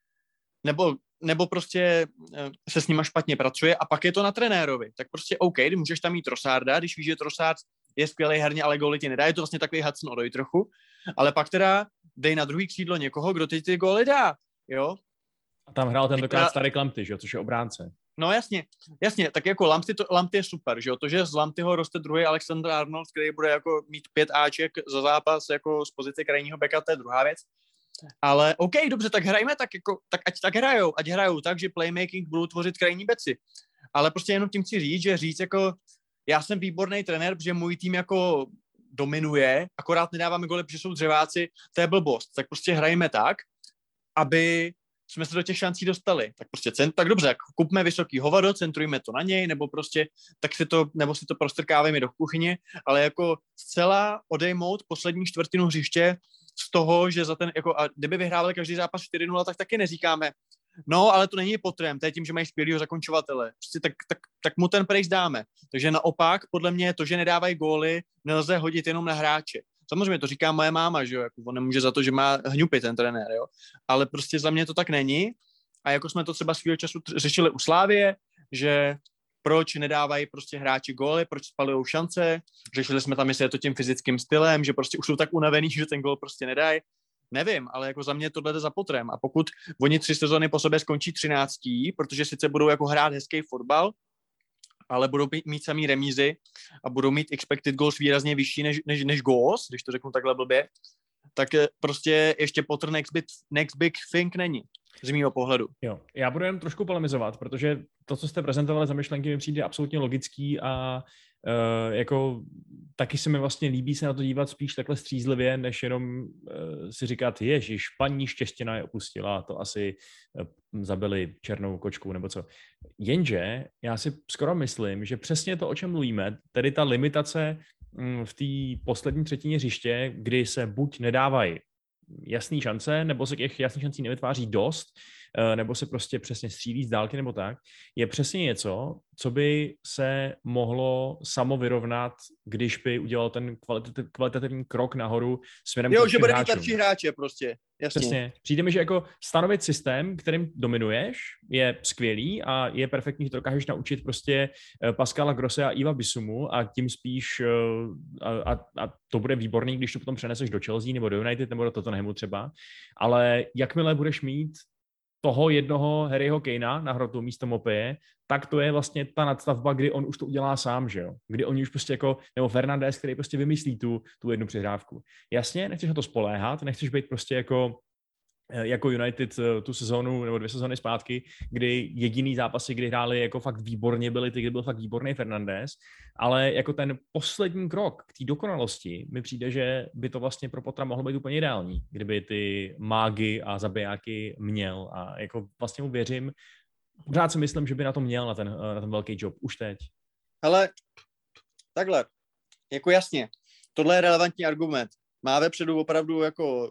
nebo, nebo prostě se s nima špatně pracuje a pak je to na trenérovi. Tak prostě OK, můžeš tam mít Trossarda, když víš, že Trossard je skvělý herně, ale góly ti nedá, je to vlastně takový Hudson Odoi trochu, ale pak teda dej na druhý křídlo někoho, kdo teď ty góly dá, jo? A tam hrál tentokrát starý Lamptey, že jo, což je obránce. No jasně, jasně, tak jako Lamptey, to, Lamptey je super, že jo, to, že z Lampteyho roste druhý Alexander Arnold, který bude jako mít pět áček za zápas jako z pozice krajního beka, to je druhá věc. Ale OK, dobře, tak hrajme tak jako, tak ať tak hrajou, ať hrajou tak, že playmaking budou tvořit krajní beci. Ale prostě jenom tím chci říct, že říct jako, já jsem výborný trenér, protože můj tým jako dominuje, akorát nedáváme goly, protože jsou dřeváci, to je blbost. Tak prostě hrajme tak, aby jsme se do těch šancí dostali. Tak prostě cent, tak dobře, tak kupme vysoký hovado, centrujme to na něj, nebo prostě tak si to, nebo si to prostrkávejme do kuchyně, ale jako zcela odejmout poslední čtvrtinu hřiště z toho, že za ten, jako, a kdyby vyhrávali každý zápas čtyři nula, tak taky neříkáme, no, ale to není potrem, to je tím, že mají skvělýho zakončovatele. Prostě tak, tak, tak mu ten prejs dáme. Takže naopak, podle mě, to, že nedávají góly, nelze hodit jenom na hráče. Samozřejmě to říká moje máma, že jo, jako on nemůže za to, že má hňupy ten trenér, jo, ale prostě za mě to tak není a jako jsme to třeba svýho času řešili u Slávie, že proč nedávají prostě hráči góly, proč spalujou šance, řešili jsme tam, jestli je to tím fyzickým stylem, že prostě už jsou tak unavený, že ten gól prostě nedají, nevím, ale jako za mě tohle jde za potrem a pokud oni tři sezony po sobě skončí třináctí, protože sice budou jako hrát hezký fotbal, ale budou mít samý remízy a budou mít expected goals výrazně vyšší než, než, než goals, když to řeknu takhle blbě, tak prostě ještě Potter next big, next big thing není, z mýho pohledu. Jo, já budu jen trošku polemizovat, protože to, co jste prezentovali za myšlenky, mi přijde absolutně logický a uh, jako taky se mi vlastně líbí se na to dívat spíš takhle střízlivě, než jenom uh, si říkat, ježiš, paní Štěstina je opustila, to asi uh, zabili černou kočku nebo co. Jenže já si skoro myslím, že přesně to, o čem mluvíme, tedy ta limitace um, v té poslední třetině hřiště, kdy se buď nedávají jasný šance, nebo se těch jasných šancí nevytváří dost, nebo se prostě přesně střílí z dálky nebo tak, je přesně něco, co by se mohlo samo vyrovnat, když by udělal ten kvalitativ, kvalitativní krok nahoru směrem jo, k že bude hráčům. mít lepší hráče prostě, jasně. Přesně. Přijde mi, že jako stanovit systém, kterým dominuješ, je skvělý a je perfektní, že to dokážeš naučit prostě Pascala Grosse a Iva Bisumu a tím spíš a, a, a to bude výborný, když to potom přeneseš do Chelsea nebo do United nebo do Tottenhamu třeba, ale jakmile budeš mít toho jednoho Harryho Kanea na hrotu místo Mopeje, tak to je vlastně ta nadstavba, kdy on už to udělá sám, že jo? Kdy oni už prostě jako, nebo Fernandes, který prostě vymyslí tu, tu jednu přihrávku. Jasně, nechceš na to spoléhat, nechceš být prostě jako jako United tu sezónu nebo dvě sezóny zpátky, kdy jediný zápasy, kdy hráli jako fakt výborně, byly ty, kdy byl fakt výborný Fernandes, ale jako ten poslední krok k té dokonalosti mi přijde, že by to vlastně pro Pottera mohlo být úplně ideální, kdyby ty mágy a zabijáky měl a jako vlastně mu věřím, pořád si myslím, že by na to měl, na ten, na ten velký job, už teď. Hele, takhle, jako jasně, tohle je relevantní argument. Má vepředu opravdu jako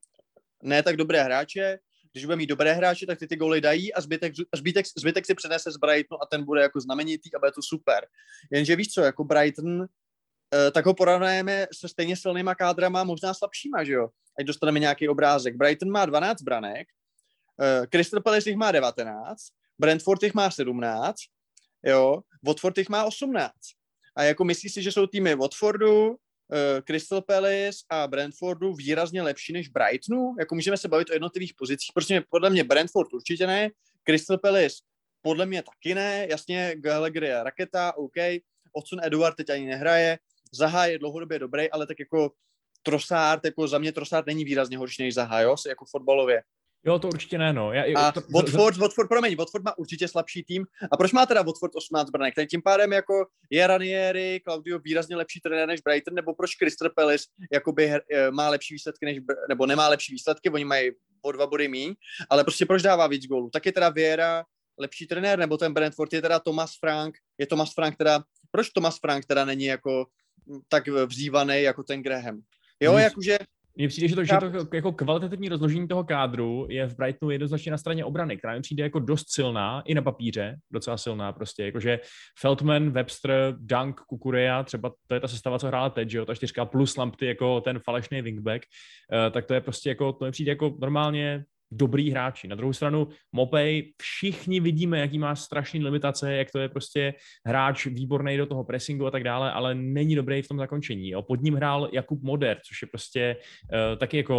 ne tak dobré hráče, když bude mít dobré hráče, tak ty ty góly dají a zbytek, zbytek, zbytek si přenese z Brightonu a ten bude jako znamenitý a bude to super. Jenže víš co, jako Brighton, tak ho porovnáme se stejně silnýma kádrama, možná slabšíma, že jo? Ať dostaneme nějaký obrázek. Brighton má dvanáct branek, Crystal Palace jich má devatenáct, Brentford jich má sedmnáct, jo? Watford jich má osmnáct. A jako myslíš si, že jsou týmy Watfordu, Crystal Palace a Brentfordu výrazně lepší než Brightonu? Jako můžeme se bavit o jednotlivých pozicích, protože podle mě Brentford určitě ne, Crystal Palace podle mě taky ne, jasně Gallagher je raketa, OK, Odson Edward teď ani nehraje, Zaha je dlouhodobě dobrý, ale tak jako Trossard, jako za mě Trossard není výrazně horší než Zaha, jo, jako fotbalově. Jo, to určitě ne, no. Já, a to, Watford, za... Watford, promiň, Watford má určitě slabší tým. A proč má teda Watford osmnáct branek? Ten tím pádem jako je Ranieri, Claudio výrazně lepší trenér než Brighton, nebo proč Crystal Palace jakoby má lepší výsledky než, nebo nemá lepší výsledky, oni mají o dva body míň, ale prostě proč dává víc gólů? Tak je teda Vieira lepší trenér, nebo ten Brentford je teda Thomas Frank, je Thomas Frank teda, proč Thomas Frank teda není jako tak vzývaný jako ten Graham? Jo, hmm. jakože Mně přijde, že to, že to jako kvalitativní rozložení toho kádru je v Brightonu jednoznačně na straně obrany, která mi přijde jako dost silná, i na papíře, docela silná prostě, jakože Feldman, Webster, Dunk, Kukureya, třeba to je ta sestava, co hrála teď, že jo, ta čtyřka plus Lamptey jako ten falešný wingback, uh, tak to je prostě jako, to mi přijde jako normálně dobrý hráči. Na druhou stranu Mopey, všichni vidíme, jaký má strašný limitace, jak to je prostě hráč výborný do toho pressingu a tak dále, ale není dobrý v tom zakončení. Jo. Pod ním hrál Jakub Moder, což je prostě uh, taky jako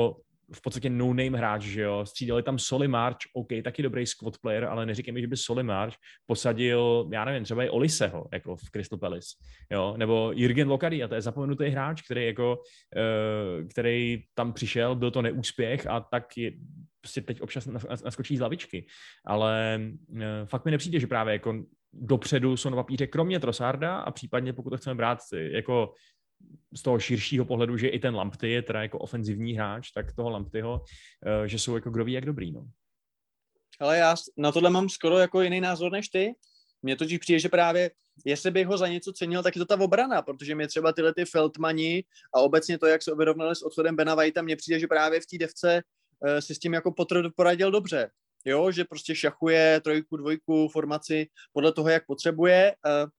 v podstatě no-name hráč, že jo, střídali tam Solly March, OK, taky dobrý squad player, ale neříkej mi, že by Solly March posadil, já nevím, třeba i Oliseho, jako v Crystal Palace, jo, nebo Jürgen Lokadia, to je zapomenutý hráč, který jako, uh, který tam přišel, byl to neúspěch a tak je, prostě teď občas naskočí z lavičky, ale uh, fakt mi nepřijde, že právě jako dopředu jsou na papíře kromě Trossarda a případně pokud to chceme brát jako z toho širšího pohledu, že i ten Lamptey je teda jako ofenzivní hráč, tak toho Lampteyho, že jsou jako kdo ví jak dobrý, no. Ale já na tohle mám skoro jako jiný názor než ty. Mně totiž přijde, že právě jestli bych ho za něco cenil, tak je to ta obrana, protože mě třeba tyhle ty Feldmani a obecně to, jak se vyrovnali s odchodem Bena Whitea, mně přijde, že právě v té devce uh, si s tím jako Potter poradil dobře. Jo, že prostě šachuje trojku, dvojku, formaci podle toho, jak potřebuje, uh,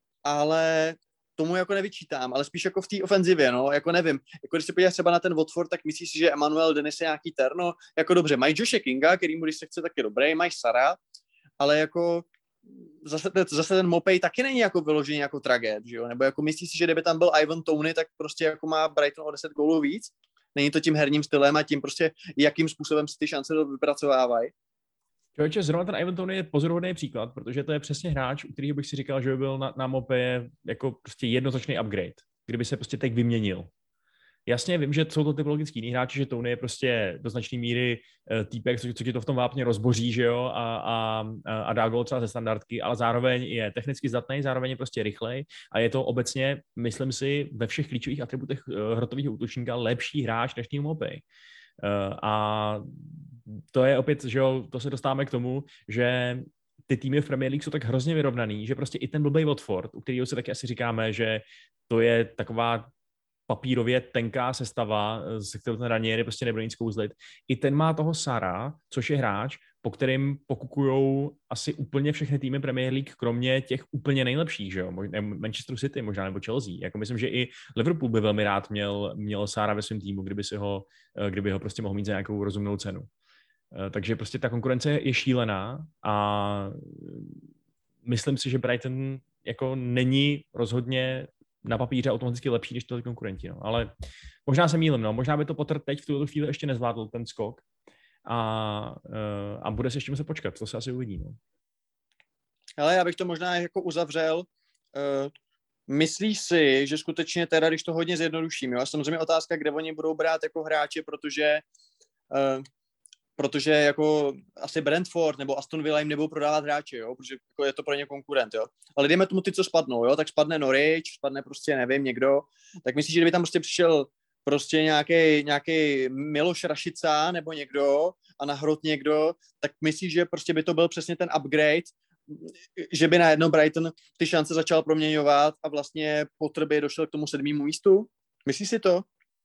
ale tomu jako nevyčítám, ale spíš jako v té ofenzivě, no, jako nevím, jako když se podíváš třeba na ten Watford, tak myslíš si, že Emmanuel Dennis je nějaký terno, jako dobře, mají Joshe Kinga, který mu, když se chce, tak je dobrý, mají Sara, ale jako zase, zase ten Mopey taky není jako vyložený jako tragéd, že jo, nebo jako myslíš si, že kdyby tam byl Ivan Toney, tak prostě jako má Brighton o deset gólů víc, není to tím herním stylem a tím prostě, jakým způsobem si ty šance vypracovávají. Člověče, zrovna ten Ivan Toney je pozoruhodný příklad, protože to je přesně hráč, u kterého bych si říkal, že by byl na, na Mopé jako prostě jednoznačný upgrade, kdyby se prostě teď vyměnil. Jasně, vím, že jsou to typologický jiný hráči, že Toney je prostě do značné míry uh, týpek, co, co ti to v tom vápně rozboří, že jo, a, a, a dá gól třeba ze standardky, ale zároveň je technicky zdatný, zároveň je prostě rychlej a je to obecně, myslím si, ve všech klíčových atributech uh, hrotového útočníka lepší hráč než Neil Mopey. Uh, a to je opět, že jo, to se dostáváme k tomu, že ty týmy v Premier League jsou tak hrozně vyrovnaný, že prostě i ten blbej Watford, u kterého se taky asi říkáme, že to je taková papírově tenká sestava, se kterou ten Ranieri prostě nebude nic kouzlit. I ten má toho Sara, což je hráč, po kterým pokukujou asi úplně všechny týmy Premier League, kromě těch úplně nejlepších, že jo? Manchester City možná, nebo Chelsea. Jako myslím, že i Liverpool by velmi rád měl, měl Sara ve svém týmu, kdyby, si ho, kdyby ho prostě mohl mít za nějakou rozumnou cenu. Takže prostě ta konkurence je šílená a myslím si, že Brighton jako není rozhodně na papíře automaticky lepší než tyhle konkurenti, no. Ale možná se mýlím, no. Možná by to Potter teď v tuto chvíli ještě nezvládl ten skok a, a bude se ještě muset počkat, to se asi uvidí, no. Ale já bych to možná jako uzavřel. Uh, myslíš si, že skutečně teda, když to hodně zjednoduším, jo, samozřejmě otázka, kde oni budou brát jako hráče, protože uh, protože jako asi Brentford nebo Aston Villa jim nebudou prodávat hráče, jo, protože jako je to pro ně konkurent, jo. Ale dejme tomu ty, co spadnou, jo, tak spadne Norwich, spadne prostě nevím někdo, tak myslíš, že kdyby tam prostě přišel prostě nějaký nějaký Miloš Rašica nebo někdo a na hrot někdo, tak myslíš, že prostě by to byl přesně ten upgrade, že by najednou Brighton ty šance začal proměňovat a vlastně Potter by došel k tomu sedmému místu? Myslíš si to?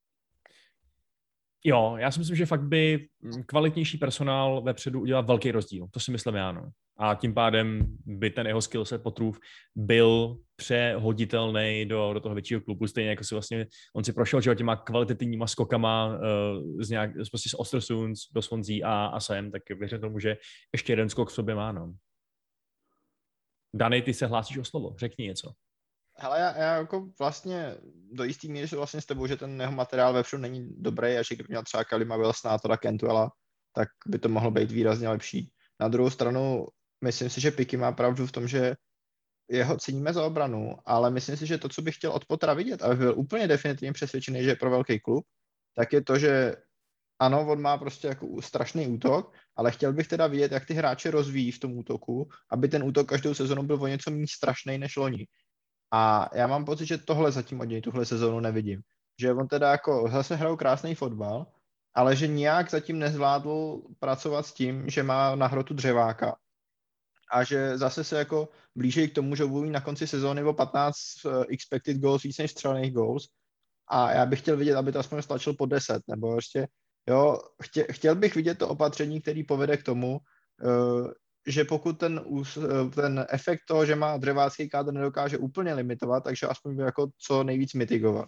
Jo, já si myslím, že fakt by kvalitnější personál vepředu udělal velký rozdíl. To si myslím já, no. A tím pádem by ten jeho skillset Potterův byl přehoditelný do, do toho většího klubu, stejně jako si vlastně, on si prošel, že těma kvalitativníma skokama uh, z, nějak, prostě z Ostersunds do Swansea a, a sem, tak věřím tomu, že ještě jeden skok v sobě má, no. Dany, ty se hlásíš o slovo, řekni něco. Hele, já, já jako vlastně do jistý míry jsou vlastně s tebou, že ten jeho materiál vepředu není dobrý a že kdyby měl třeba Kalima Wilsona a Cantwella, tak by to mohlo být výrazně lepší. Na druhou stranu, myslím si, že Piky má pravdu v tom, že jeho ceníme za obranu, ale myslím si, že to, co bych chtěl od Pottera vidět, aby byl úplně definitivně přesvědčený, že je pro velký klub, tak je to, že ano, on má prostě jako strašný útok, ale chtěl bych teda vidět, jak ty hráče rozvíjí v tom útoku, aby ten útok každou sezonu byl o něco méně strašný než loni. A já mám pocit, že tohle zatím od něj tuhle sezónu nevidím. Že on teda jako zase hrajou krásný fotbal, ale že nijak zatím nezvládl pracovat s tím, že má na hrotu dřeváka. A že zase se jako blíží k tomu, že budou na konci sezóny o patnáct expected goals víc než střelných goals. A já bych chtěl vidět, aby to aspoň stlačil po deset, nebo ještě, jo, chtě, chtěl bych vidět to opatření, který povede k tomu, uh, že pokud ten, ten efekt toho, že má dřevácký kádr, nedokáže úplně limitovat, takže aspoň jako co nejvíc mitigovat.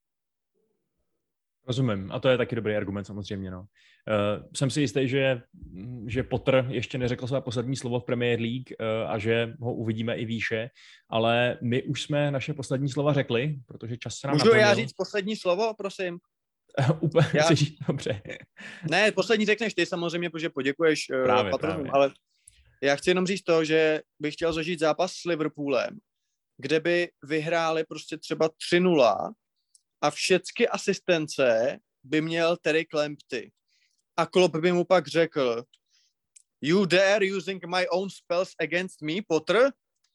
Rozumím. A to je taky dobrý argument samozřejmě. No. Uh, jsem si jistý, že, že Potter ještě neřekl své poslední slovo v Premier League uh, a že ho uvidíme i výše, ale my už jsme naše poslední slova řekli, protože čas se nám Můžu naplnil. já říct poslední slovo, prosím? Úplně, Já... chceš, dobře. Ne, poslední řekneš ty samozřejmě, protože poděkuješ právě, patronům, právě. ale já chci jenom říct to, že bych chtěl zažít zápas s Liverpoolem, kde by vyhráli prostě třeba tři nula a všechny asistence by měl Terry Lamptey. A Klopp by mu pak řekl: You dare using my own spells against me, Potter?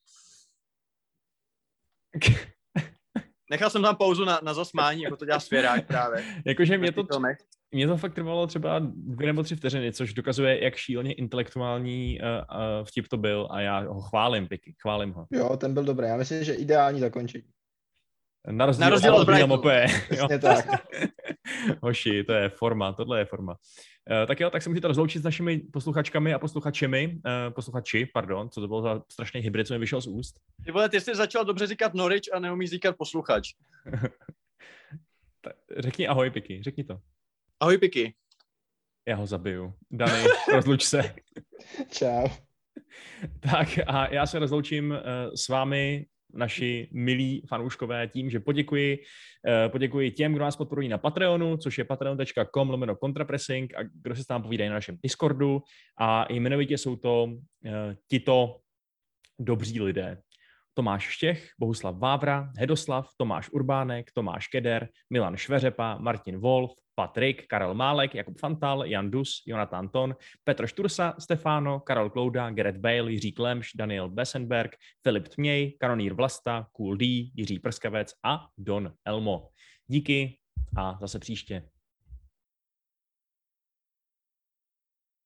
Nechal jsem tam pauzu na, na zasmání, jako to dělá Svěrák právě. Jakože mě to, mě to fakt trvalo třeba dvě nebo tři vteřiny, což dokazuje, jak šíleně intelektuální uh, uh, vtip to byl a já ho chválím, Piky, chválím ho. Jo, ten byl dobrý. Já myslím, že ideální zakončení. Na rozdíl, Na rozdíl od Brightonu. Přesně tak. Hoši, to je forma, tohle je forma. Uh, tak jo, tak se můžete rozloučit s našimi posluchačkami a posluchačemi, uh, posluchači, pardon, co to bylo za strašný hybrid, co mi vyšel z úst. Ty vole, ty jsi začal dobře říkat Norwich a neumíš říkat posluchač. Řekni ahoj, Piky, řekni to. Ahoj, Piky. Já ho zabiju. Dany, rozluč se. Čau. Tak a já se rozloučím uh, s vámi, naši milí fanouškové, tím, že poděkuji, uh, poděkuji těm, kdo nás podporují na Patreonu, což je patreon tečka com lomeno kontrapressing a kdo se tam povídají na našem Discordu a jmenovitě jsou to uh, tito dobří lidé. Tomáš Štěch, Bohuslav Vávra, Hedoslav, Tomáš Urbánek, Tomáš Keder, Milan Šveřepa, Martin Wolf, Patrik, Karel Málek, Jakub Fantal, Jan Dus, Jonathan Ton, Petr Štursa, Stefano, Karol Klouda, Gareth Bale, Jiří Klemš, Daniel Bessenberg, Filip Tměj, Karonýr Vlasta, Cool D, Jiří Prskavec a Don Elmo. Díky a zase příště.